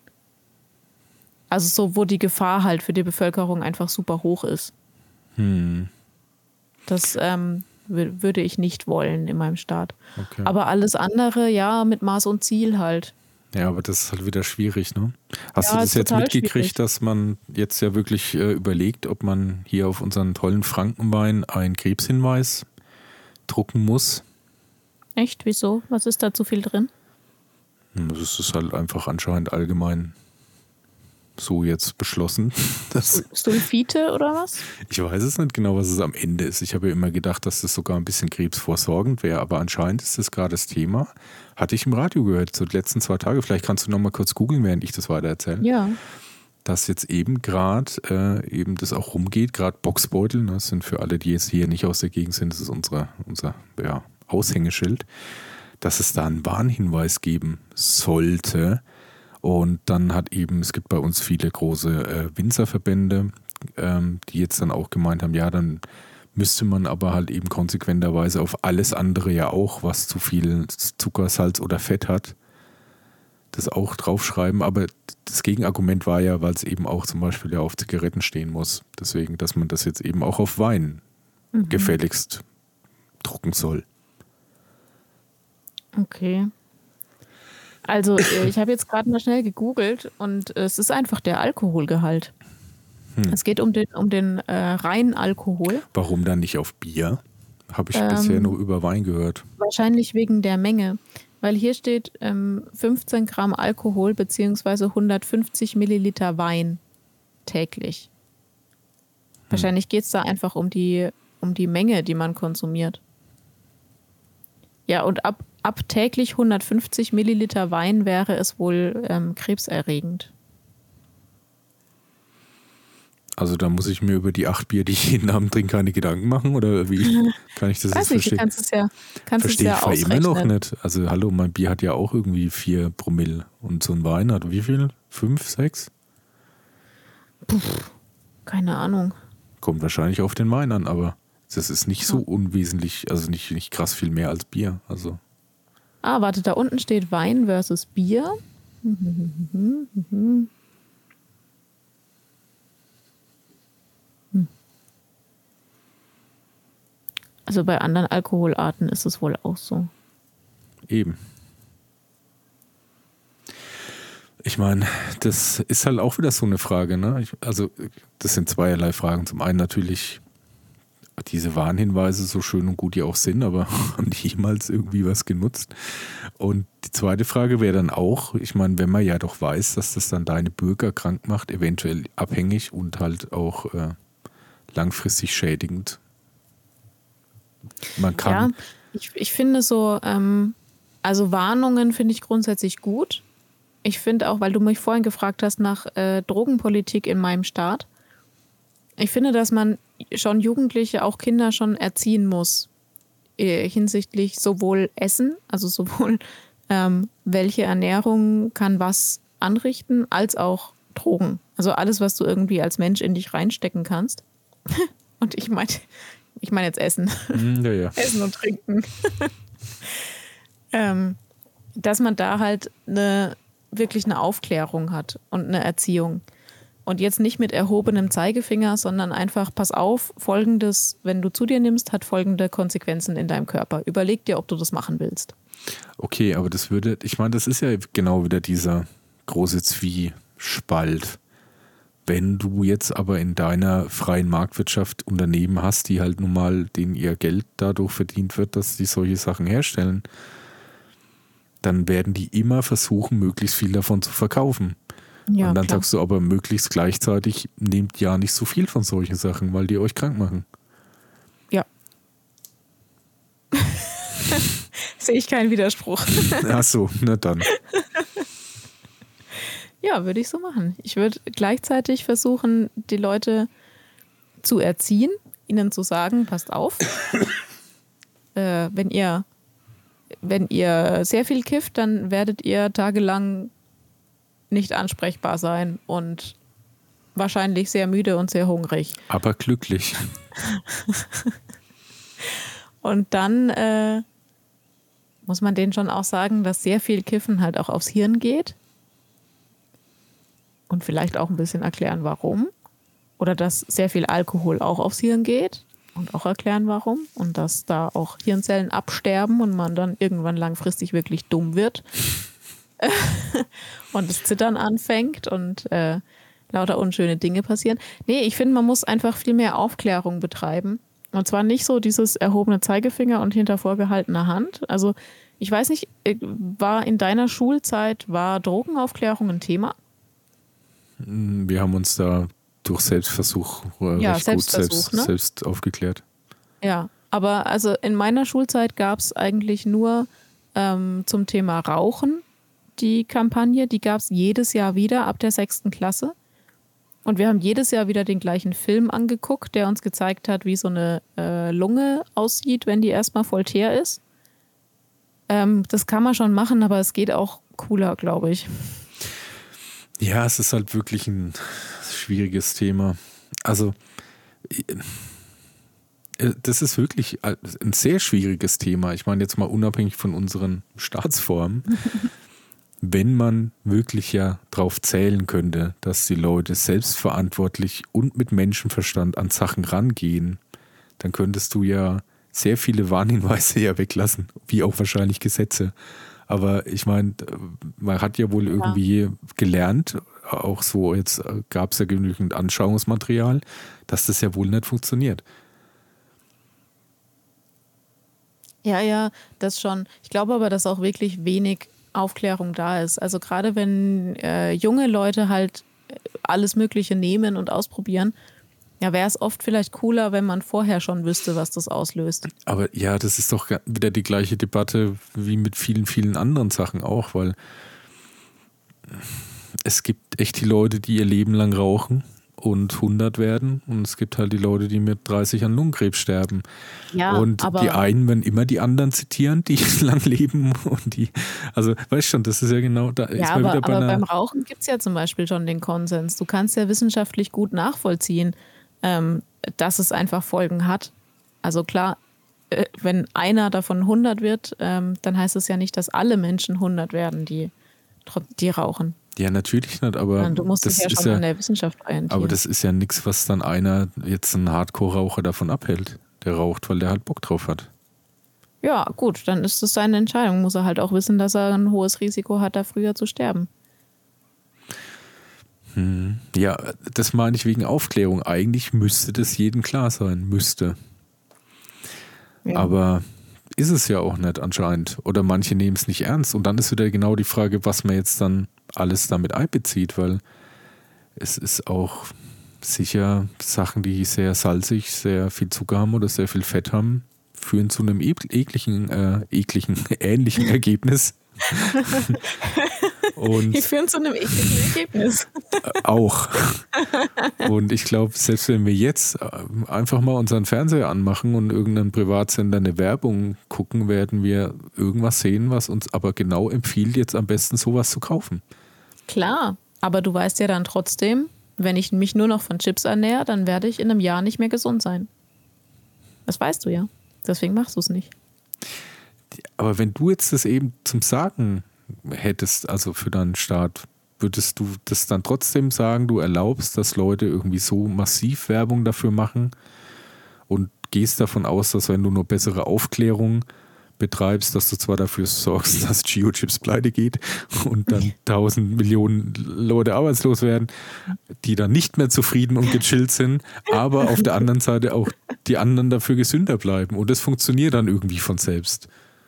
Also so, wo die Gefahr halt für die Bevölkerung einfach super hoch ist. Hm. Das ähm, w- würde ich nicht wollen in meinem Staat. Okay. Aber alles andere, ja, mit Maß und Ziel halt. Ja, aber das ist halt wieder schwierig, ne? Hast Ja, du das ist jetzt total mitgekriegt, schwierig. dass man jetzt ja wirklich äh, überlegt, ob man hier auf unseren tollen Frankenwein einen Krebshinweis drucken muss? Echt? Wieso? Was ist da zu viel drin? Das ist halt einfach anscheinend allgemein so jetzt beschlossen. Dass Sulfite oder was? ich weiß es nicht genau, was es am Ende ist. Ich habe ja immer gedacht, dass das sogar ein bisschen krebsvorsorgend wäre, aber anscheinend ist das gerade das Thema. Hatte ich im Radio gehört, so die letzten zwei Tage. Vielleicht kannst du noch mal kurz googeln, während ich das weiter erzähle. Ja. Dass jetzt eben gerade äh, eben das auch rumgeht, gerade Boxbeutel, ne, das sind für alle, die jetzt hier nicht aus der Gegend sind, das ist unsere, unser ja, Aushängeschild, dass es da einen Warnhinweis geben sollte. Und dann hat eben, es gibt bei uns viele große äh, Winzerverbände, ähm, die jetzt dann auch gemeint haben, ja, dann müsste man aber halt eben konsequenterweise auf alles andere ja auch, was zu viel Zucker, Salz oder Fett hat, das auch draufschreiben. Aber das Gegenargument war ja, weil es eben auch zum Beispiel ja auf Zigaretten stehen muss. Deswegen, dass man das jetzt eben auch auf Wein Mhm. gefälligst drucken soll. Okay. Also äh, ich habe jetzt gerade mal schnell gegoogelt und äh, es ist einfach der Alkoholgehalt. Hm. Es geht um den, um den äh, reinen Alkohol. Warum dann nicht auf Bier? Habe ich Ähm, bisher nur über Wein gehört. Wahrscheinlich wegen der Menge. Weil hier steht ähm, fünfzehn Gramm Alkohol beziehungsweise hundertfünfzig Milliliter Wein täglich. Wahrscheinlich geht es da einfach um die, um die Menge, die man konsumiert. Ja, und ab, ab täglich hundertfünfzig Milliliter Wein wäre es wohl ähm, krebserregend. Also da muss ich mir über die acht Bier, die ich jeden Abend trinke, keine Gedanken machen? Oder wie kann ich das Weiß jetzt nicht, du verstehen? kannst es ja, kannst es Verstehe ja ich vor immer noch ausrechnen. nicht. Also hallo, mein Bier hat ja auch irgendwie vier Promille. Und so ein Wein hat wie viel? Fünf, sechs? Keine Ahnung. Kommt wahrscheinlich auf den Wein an, aber das ist nicht so unwesentlich, also nicht, nicht krass viel mehr als Bier. Also Ah, warte, da unten steht Wein versus Bier. Also bei anderen Alkoholarten ist es wohl auch so. Eben. Ich meine, das ist halt auch wieder so eine Frage, ne? Ich, also, das sind zweierlei Fragen. Zum einen natürlich diese Warnhinweise, so schön und gut die auch sind, aber haben die jemals irgendwie was genutzt? Und die zweite Frage wäre dann auch, ich meine, wenn man ja doch weiß, dass das dann deine Bürger krank macht, eventuell abhängig und halt auch äh, langfristig schädigend. Man kann. Ja, ich, ich finde so, ähm, also Warnungen finde ich grundsätzlich gut. Ich finde auch, weil du mich vorhin gefragt hast nach äh, Drogenpolitik in meinem Staat, ich finde, dass man schon Jugendliche, auch Kinder schon erziehen muss äh, hinsichtlich sowohl Essen, also sowohl ähm, welche Ernährung kann was anrichten, als auch Drogen. Also alles, was du irgendwie als Mensch in dich reinstecken kannst. Und ich meine ich meine jetzt Essen. Ja, ja. Essen und Trinken. ähm, dass man da halt eine wirklich eine Aufklärung hat und eine Erziehung. Und jetzt nicht mit erhobenem Zeigefinger, sondern einfach, pass auf, folgendes, wenn du zu dir nimmst, hat folgende Konsequenzen in deinem Körper. Überleg dir, ob du das machen willst. Okay, aber das würde, ich meine, das ist ja genau wieder dieser große Zwiespalt. Wenn du jetzt aber in deiner freien Marktwirtschaft Unternehmen hast, die halt nun mal, denen ihr Geld dadurch verdient wird, dass die solche Sachen herstellen, dann werden die immer versuchen, möglichst viel davon zu verkaufen. Ja, und dann klar. sagst du aber möglichst gleichzeitig, nehmt ja nicht so viel von solchen Sachen, weil die euch krank machen. Ja. Sehe ich keinen Widerspruch. Ach so, na dann. Ja, würde ich so machen. Ich würde gleichzeitig versuchen, die Leute zu erziehen, ihnen zu sagen, passt auf, äh, wenn ihr, wenn ihr sehr viel kifft, dann werdet ihr tagelang nicht ansprechbar sein und wahrscheinlich sehr müde und sehr hungrig. Aber glücklich. Und dann äh, muss man denen schon auch sagen, dass sehr viel Kiffen halt auch aufs Hirn geht. Und vielleicht auch ein bisschen erklären, warum. Oder dass sehr viel Alkohol auch aufs Hirn geht und auch erklären, warum. Und dass da auch Hirnzellen absterben und man dann irgendwann langfristig wirklich dumm wird. Und das Zittern anfängt und äh, lauter unschöne Dinge passieren. Nee, ich finde, man muss einfach viel mehr Aufklärung betreiben. Und zwar nicht so dieses erhobene Zeigefinger und hinter vorgehaltener Hand. Also ich weiß nicht, war in deiner Schulzeit, war Drogenaufklärung ein Thema? Wir haben uns da durch Selbstversuch äh, Ja, recht gut Selbstversuch, selbst, ne? selbst aufgeklärt. Ja, aber also in meiner Schulzeit gab es eigentlich nur ähm, zum Thema Rauchen die Kampagne. Die gab es jedes Jahr wieder ab der sechsten Klasse. Und wir haben jedes Jahr wieder den gleichen Film angeguckt, der uns gezeigt hat, wie so eine äh, Lunge aussieht, wenn die erstmal voll teer ist. Ähm, das kann man schon machen, aber es geht auch cooler, glaube ich. Ja, es ist halt wirklich ein schwieriges Thema. Also, das ist wirklich ein sehr schwieriges Thema. Ich meine jetzt mal unabhängig von unseren Staatsformen. Wenn man wirklich ja drauf zählen könnte, dass die Leute selbstverantwortlich und mit Menschenverstand an Sachen rangehen, dann könntest du ja sehr viele Warnhinweise ja weglassen, wie auch wahrscheinlich Gesetze. Aber ich meine, man hat ja wohl irgendwie ja. gelernt, auch so, jetzt gab es ja genügend Anschauungsmaterial, dass das ja wohl nicht funktioniert. Ja, ja, das schon. Ich glaube aber, dass auch wirklich wenig Aufklärung da ist. Also gerade wenn äh, junge Leute halt alles Mögliche nehmen und ausprobieren, ja, wäre es oft vielleicht cooler, wenn man vorher schon wüsste, was das auslöst. Aber ja, das ist doch wieder die gleiche Debatte wie mit vielen, vielen anderen Sachen auch, weil es gibt echt die Leute, die ihr Leben lang rauchen und hundert werden und es gibt halt die Leute, die mit dreißig an Lungenkrebs sterben. Ja, und aber die einen werden immer die anderen zitieren, die lang leben und die, also weißt schon, das ist ja genau, da ja, ist man aber, wieder bei aber einer... beim Rauchen gibt es ja zum Beispiel schon den Konsens. Du kannst ja wissenschaftlich gut nachvollziehen, ähm, dass es einfach Folgen hat. Also klar, äh, wenn einer davon hundert wird, ähm, dann heißt es ja nicht, dass alle Menschen hundert werden, die, die rauchen. Ja, natürlich nicht, aber ja, du musst das dich ja ist schon ja, an der Wissenschaft orientieren. aber das ist ja nichts, was dann einer, jetzt ein Hardcore-Raucher davon abhält. Der raucht, weil der halt Bock drauf hat. Ja, gut, dann ist das seine Entscheidung. Muss er halt auch wissen, dass er ein hohes Risiko hat, da früher zu sterben. Hm. Ja, das meine ich wegen Aufklärung. Eigentlich müsste das jedem klar sein. Müsste. Ja. Aber ist es ja auch nicht anscheinend. Oder manche nehmen es nicht ernst. Und dann ist wieder genau die Frage, was man jetzt dann alles damit einbezieht, weil es ist auch sicher Sachen, die sehr salzig, sehr viel Zucker haben oder sehr viel Fett haben, führen zu einem ekligen, äh, ekligen, ähnlichen Ergebnis. Und die führen zu einem ekligen Ergebnis. Auch. Und ich glaube, selbst wenn wir jetzt einfach mal unseren Fernseher anmachen und irgendeinen Privatsender eine Werbung gucken, werden wir irgendwas sehen, was uns aber genau empfiehlt, jetzt am besten sowas zu kaufen. Klar, aber du weißt ja dann trotzdem, wenn ich mich nur noch von Chips ernähre, dann werde ich in einem Jahr nicht mehr gesund sein. Das weißt du ja. Deswegen machst du es nicht. Aber wenn du jetzt das eben zum Sagen hättest, also für deinen Staat, würdest du das dann trotzdem sagen, du erlaubst, dass Leute irgendwie so massiv Werbung dafür machen und gehst davon aus, dass wenn du nur bessere Aufklärung betreibst, dass du zwar dafür sorgst, dass Geochips pleite geht und dann tausend Millionen Leute arbeitslos werden, die dann nicht mehr zufrieden und gechillt sind, aber auf der anderen Seite auch die anderen dafür gesünder bleiben und das funktioniert dann irgendwie von selbst.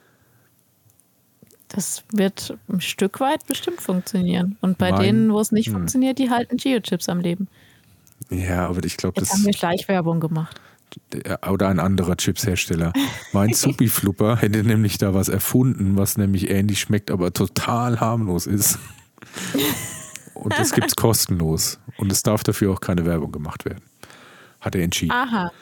Das wird ein Stück weit bestimmt funktionieren. Und bei Mein, denen, wo es nicht hm. funktioniert, die halten Geochips am Leben. Ja, aber ich glaube, das... Jetzt haben wir Schleichwerbung gemacht. Oder ein anderer Chipshersteller. Mein Supi-Flupper hätte nämlich da was erfunden, was nämlich ähnlich schmeckt, aber total harmlos ist. Und das gibt es kostenlos. Und es darf dafür auch keine Werbung gemacht werden. Hat er entschieden. Aha.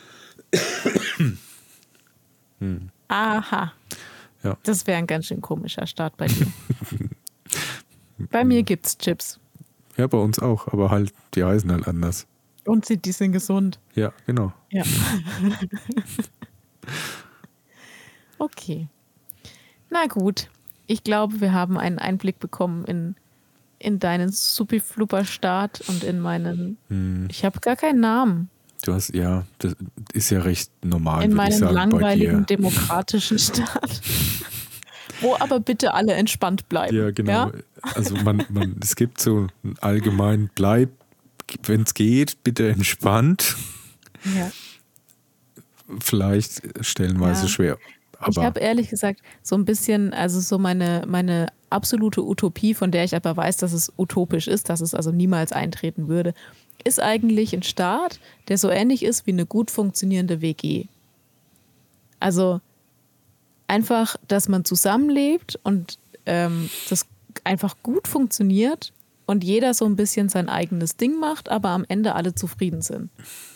hm. Aha. Ja. Das wäre ein ganz schön komischer Start bei dir. Bei mir gibt's Chips. Ja, bei uns auch, aber halt, die heißen halt anders. Und sie, die sind gesund. Ja, genau. Ja. Okay. Na gut. Ich glaube, wir haben einen Einblick bekommen in, in deinen Supi-Flupper-Start und in meinen. Hm. Ich habe gar keinen Namen. Du hast, ja, das ist ja recht normal, in würde ich sagen, langweiligen, bei dir. demokratischen Staat. Wo aber bitte alle entspannt bleiben. Ja, genau. Ja? Also man, man, es gibt so allgemein, bleib, wenn es geht, bitte entspannt. Ja. Vielleicht stellenweise ja. schwer. Aber ich habe ehrlich gesagt so ein bisschen, also so meine, meine absolute Utopie, von der ich aber weiß, dass es utopisch ist, dass es also niemals eintreten würde, ist eigentlich ein Staat, der so ähnlich ist wie eine gut funktionierende W G. Also einfach, dass man zusammenlebt und ähm, das einfach gut funktioniert und jeder so ein bisschen sein eigenes Ding macht, aber am Ende alle zufrieden sind.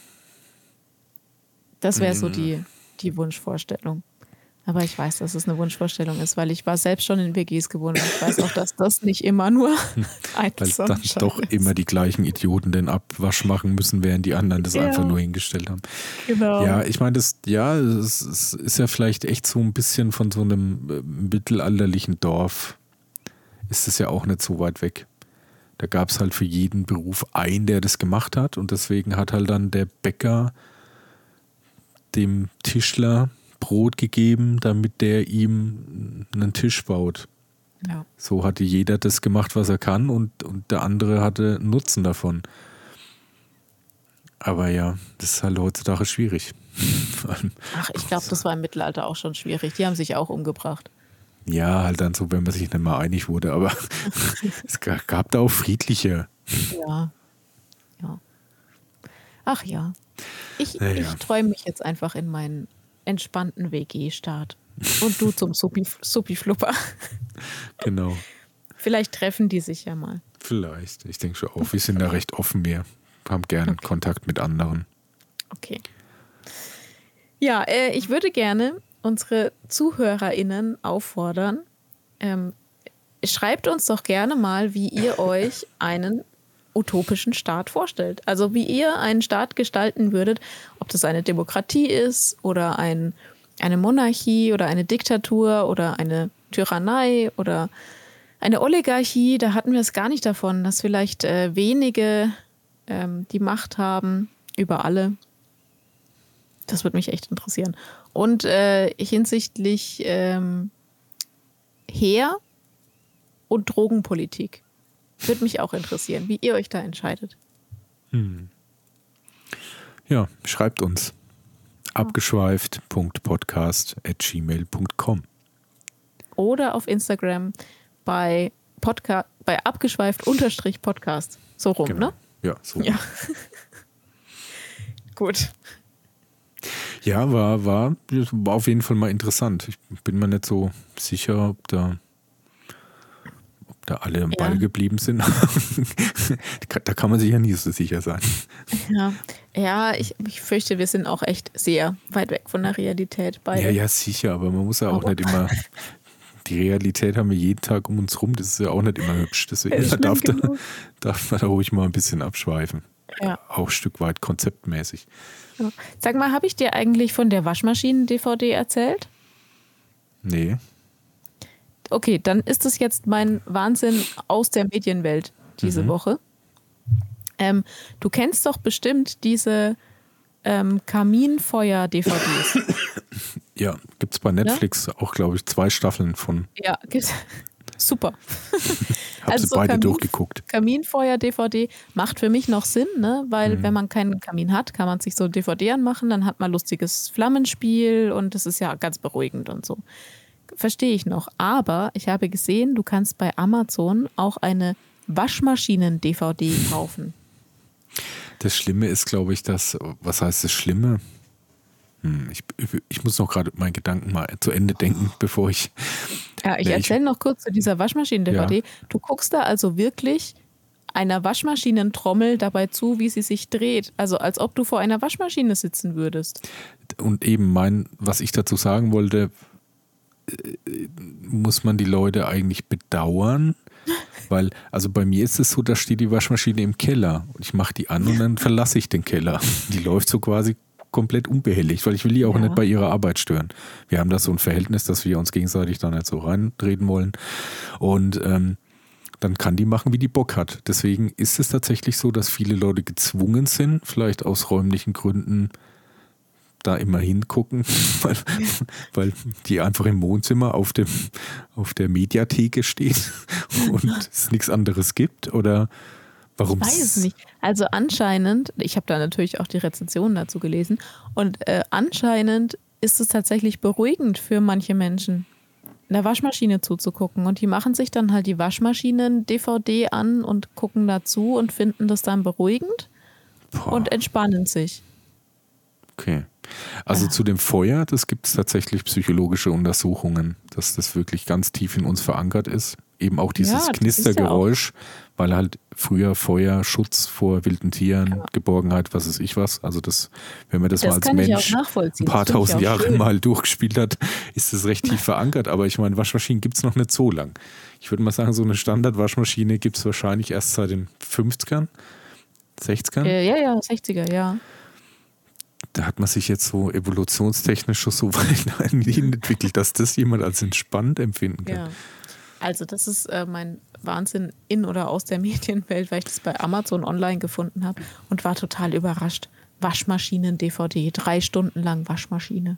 Das wäre so die, die Wunschvorstellung. Aber ich weiß, dass es eine Wunschvorstellung ist, weil ich war selbst schon in W Gs gewohnt und ich weiß auch, dass das nicht immer nur ein weil Sonnenschein dann doch ist. immer die gleichen Idioten den Abwasch machen müssen, während die anderen das ja. einfach nur hingestellt haben. Genau. Ja, ich meine, das, ja, es, es ist ja vielleicht echt so ein bisschen von so einem äh, mittelalterlichen Dorf. Ist es ja auch nicht so weit weg. Da gab es halt für jeden Beruf einen, der das gemacht hat und deswegen hat halt dann der Bäcker dem Tischler Brot gegeben, damit der ihm einen Tisch baut. Ja. So hatte jeder das gemacht, was er kann und, und der andere hatte Nutzen davon. Aber ja, das ist halt heutzutage schwierig. Ach, ich glaube, das war im Mittelalter auch schon schwierig. Die haben sich auch umgebracht. Ja, halt dann so, wenn man sich nicht mal einig wurde. Aber es gab da auch friedliche. Ja. ja. Ach ja. Ich, naja. ich träume mich jetzt einfach in meinen entspannten W G-Start. Und du zum Supi-Flupper. Genau. Vielleicht treffen die sich ja mal. Vielleicht. Ich denke schon auch. Wir sind da recht offen. Wir haben gerne okay. Kontakt mit anderen. Okay. Ja, äh, ich würde gerne unsere ZuhörerInnen auffordern, ähm, schreibt uns doch gerne mal, wie ihr euch einen utopischen Staat vorstellt. Also wie ihr einen Staat gestalten würdet, ob das eine Demokratie ist oder ein, eine Monarchie oder eine Diktatur oder eine Tyrannei oder eine Oligarchie. Da hatten wir es gar nicht davon, dass vielleicht äh, wenige ähm, die Macht haben über alle. Das würde mich echt interessieren. Und äh, hinsichtlich ähm, Heer und Drogenpolitik würde mich auch interessieren, wie ihr euch da entscheidet. Hm. Ja, schreibt uns. abgeschweift punkt podcast at gmail punkt com Oder auf Instagram bei, Podca- bei abgeschweift-podcast. So rum, genau. ne? Ja, so. Ja. Gut. Ja, war, war, war auf jeden Fall mal interessant. Ich bin mir nicht so sicher, ob da, ob da alle am Ja. Ball geblieben sind. Da kann man sich ja nie so sicher sein. Ja, ja ich, ich fürchte, wir sind auch echt sehr weit weg von der Realität beide. Ja, ja, sicher, aber man muss ja auch Aber- nicht immer. Die Realität haben wir jeden Tag um uns rum, das ist ja auch nicht immer hübsch. Deswegen Ist schlimm darf, da, genug. darf man da ruhig mal ein bisschen abschweifen. Ja. Auch ein Stück weit konzeptmäßig. Ja. Sag mal, habe ich dir eigentlich von der Waschmaschinen-D V D erzählt? Nee. Okay, dann ist es jetzt mein Wahnsinn aus der Medienwelt diese Mhm. Woche. Ähm, du kennst doch bestimmt diese ähm, Kaminfeuer-D V Ds. Ja, gibt es bei Netflix auch, glaube ich, zwei Staffeln von. Ja, gibt's. Super. Habe Also sie so beide Kamin- durchgeguckt. Kaminfeuer-D V D macht für mich noch Sinn, ne? Weil Mhm. wenn man keinen Kamin hat, kann man sich so D V D anmachen, dann hat man lustiges Flammenspiel und das ist ja ganz beruhigend und so. Verstehe ich noch. Aber ich habe gesehen, du kannst bei Amazon auch eine Waschmaschinen-D V D kaufen. Das Schlimme ist, glaube ich, dass, was heißt das Schlimme? Hm, ich, ich muss noch gerade meinen Gedanken mal zu Ende denken, bevor ich. Ja, ich Nee, ich- erzähle noch kurz zu dieser Waschmaschinen-D V D. Ja. Du guckst da also wirklich einer Waschmaschinentrommel dabei zu, wie sie sich dreht. Also als ob du vor einer Waschmaschine sitzen würdest. Und eben mein, was ich dazu sagen wollte, äh, muss man die Leute eigentlich bedauern? Weil, also bei mir ist es so, da steht die Waschmaschine im Keller und ich mache die an und dann verlasse ich den Keller. Die läuft so quasi komplett unbehelligt, weil ich will die auch Ja. nicht bei ihrer Arbeit stören. Wir haben da so ein Verhältnis, dass wir uns gegenseitig da nicht so reinreden wollen. Und ähm, dann kann die machen, wie die Bock hat. Deswegen ist es tatsächlich so, dass viele Leute gezwungen sind, vielleicht aus räumlichen Gründen, da immer hingucken, weil, weil die einfach im Wohnzimmer auf, dem, auf der Mediatheke steht und es nichts anderes gibt? Oder warum? Ich weiß es nicht. Also anscheinend, ich habe da natürlich auch die Rezensionen dazu gelesen, und äh, anscheinend ist es tatsächlich beruhigend für manche Menschen, in der Waschmaschine zuzugucken. Und die machen sich dann halt die Waschmaschinen-D V D an und gucken dazu und finden das dann beruhigend Boah, und entspannen sich. okay. Also Ja. zu dem Feuer, das gibt es tatsächlich psychologische Untersuchungen, dass das wirklich ganz tief in uns verankert ist. Eben auch dieses Ja, das ist ja Knistergeräusch, weil halt früher Feuer, Schutz vor wilden Tieren, Ja. Geborgenheit, was weiß ich was. Also das, wenn man das, Das mal als kann ich auch Mensch nachvollziehen. ein paar Das finde ich tausend auch Jahre schön. mal durchgespielt hat, ist das recht tief verankert. Aber ich meine, Waschmaschinen gibt es noch nicht so lang. Ich würde mal sagen, so eine Standard-Waschmaschine gibt es wahrscheinlich erst seit den fünfzigern, sechzigern. Äh, ja, ja, sechziger, ja. Da hat man sich jetzt so evolutionstechnisch schon so weit hin entwickelt, dass das jemand als entspannt empfinden kann. Ja. Also das ist äh, mein Wahnsinn in oder aus der Medienwelt, weil ich das bei Amazon online gefunden habe und war total überrascht. Waschmaschinen-D V D, drei Stunden lang Waschmaschine.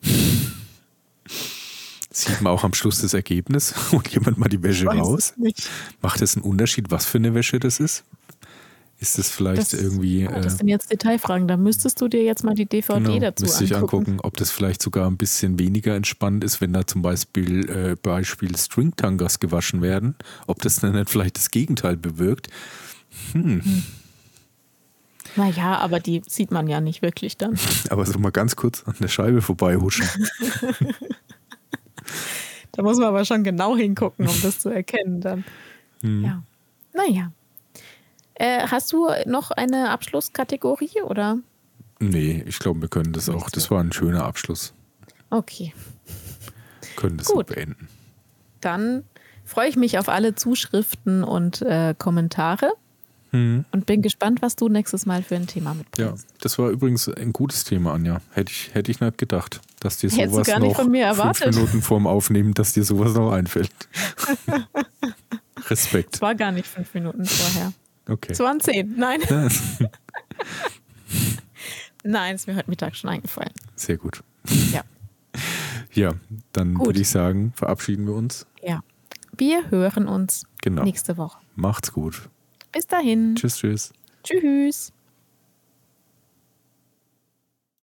Sieht man auch am Schluss das Ergebnis? Holt jemand mal die Wäsche Weiß raus? es nicht. Macht das einen Unterschied, was für eine Wäsche das ist? Ist das vielleicht Das, irgendwie... oh, das äh, sind jetzt Detailfragen. Da müsstest du dir jetzt mal die D V D Genau, dazu müsste ich angucken. angucken, ob das vielleicht sogar ein bisschen weniger entspannt ist, wenn da zum Beispiel äh, Beispiel Stringtangers gewaschen werden, ob das dann nicht vielleicht das Gegenteil bewirkt. Hm. Naja, aber die sieht man ja nicht wirklich dann. Aber so mal ganz kurz an der Scheibe vorbeihuschen. Da muss man aber schon genau hingucken, um das zu erkennen dann. Hm. Ja. Naja. Äh, hast du noch eine Abschlusskategorie oder? Nee, ich glaube, wir können das auch. Das war ein schöner Abschluss. Okay. Wir können das Gut. so beenden. Dann freue ich mich auf alle Zuschriften und äh, Kommentare Hm. und bin gespannt, was du nächstes Mal für ein Thema Ja, mitbringst. das war übrigens ein gutes Thema, Anja. Hätte ich, hätte ich nicht gedacht, dass dir Hättest du sowas gar nicht noch von mir fünf erwartet. Minuten vorm Aufnehmen, dass dir sowas noch einfällt. Respekt. Es war gar nicht fünf Minuten vorher. Okay. Es waren zehn. Nein. Nein, ist mir heute Mittag schon eingefallen. sehr gut. Ja. Ja, dann Gut. würde ich sagen, verabschieden wir uns. Ja. Wir hören uns Genau. nächste Woche. Macht's gut. Bis dahin. Tschüss, tschüss. Tschüss.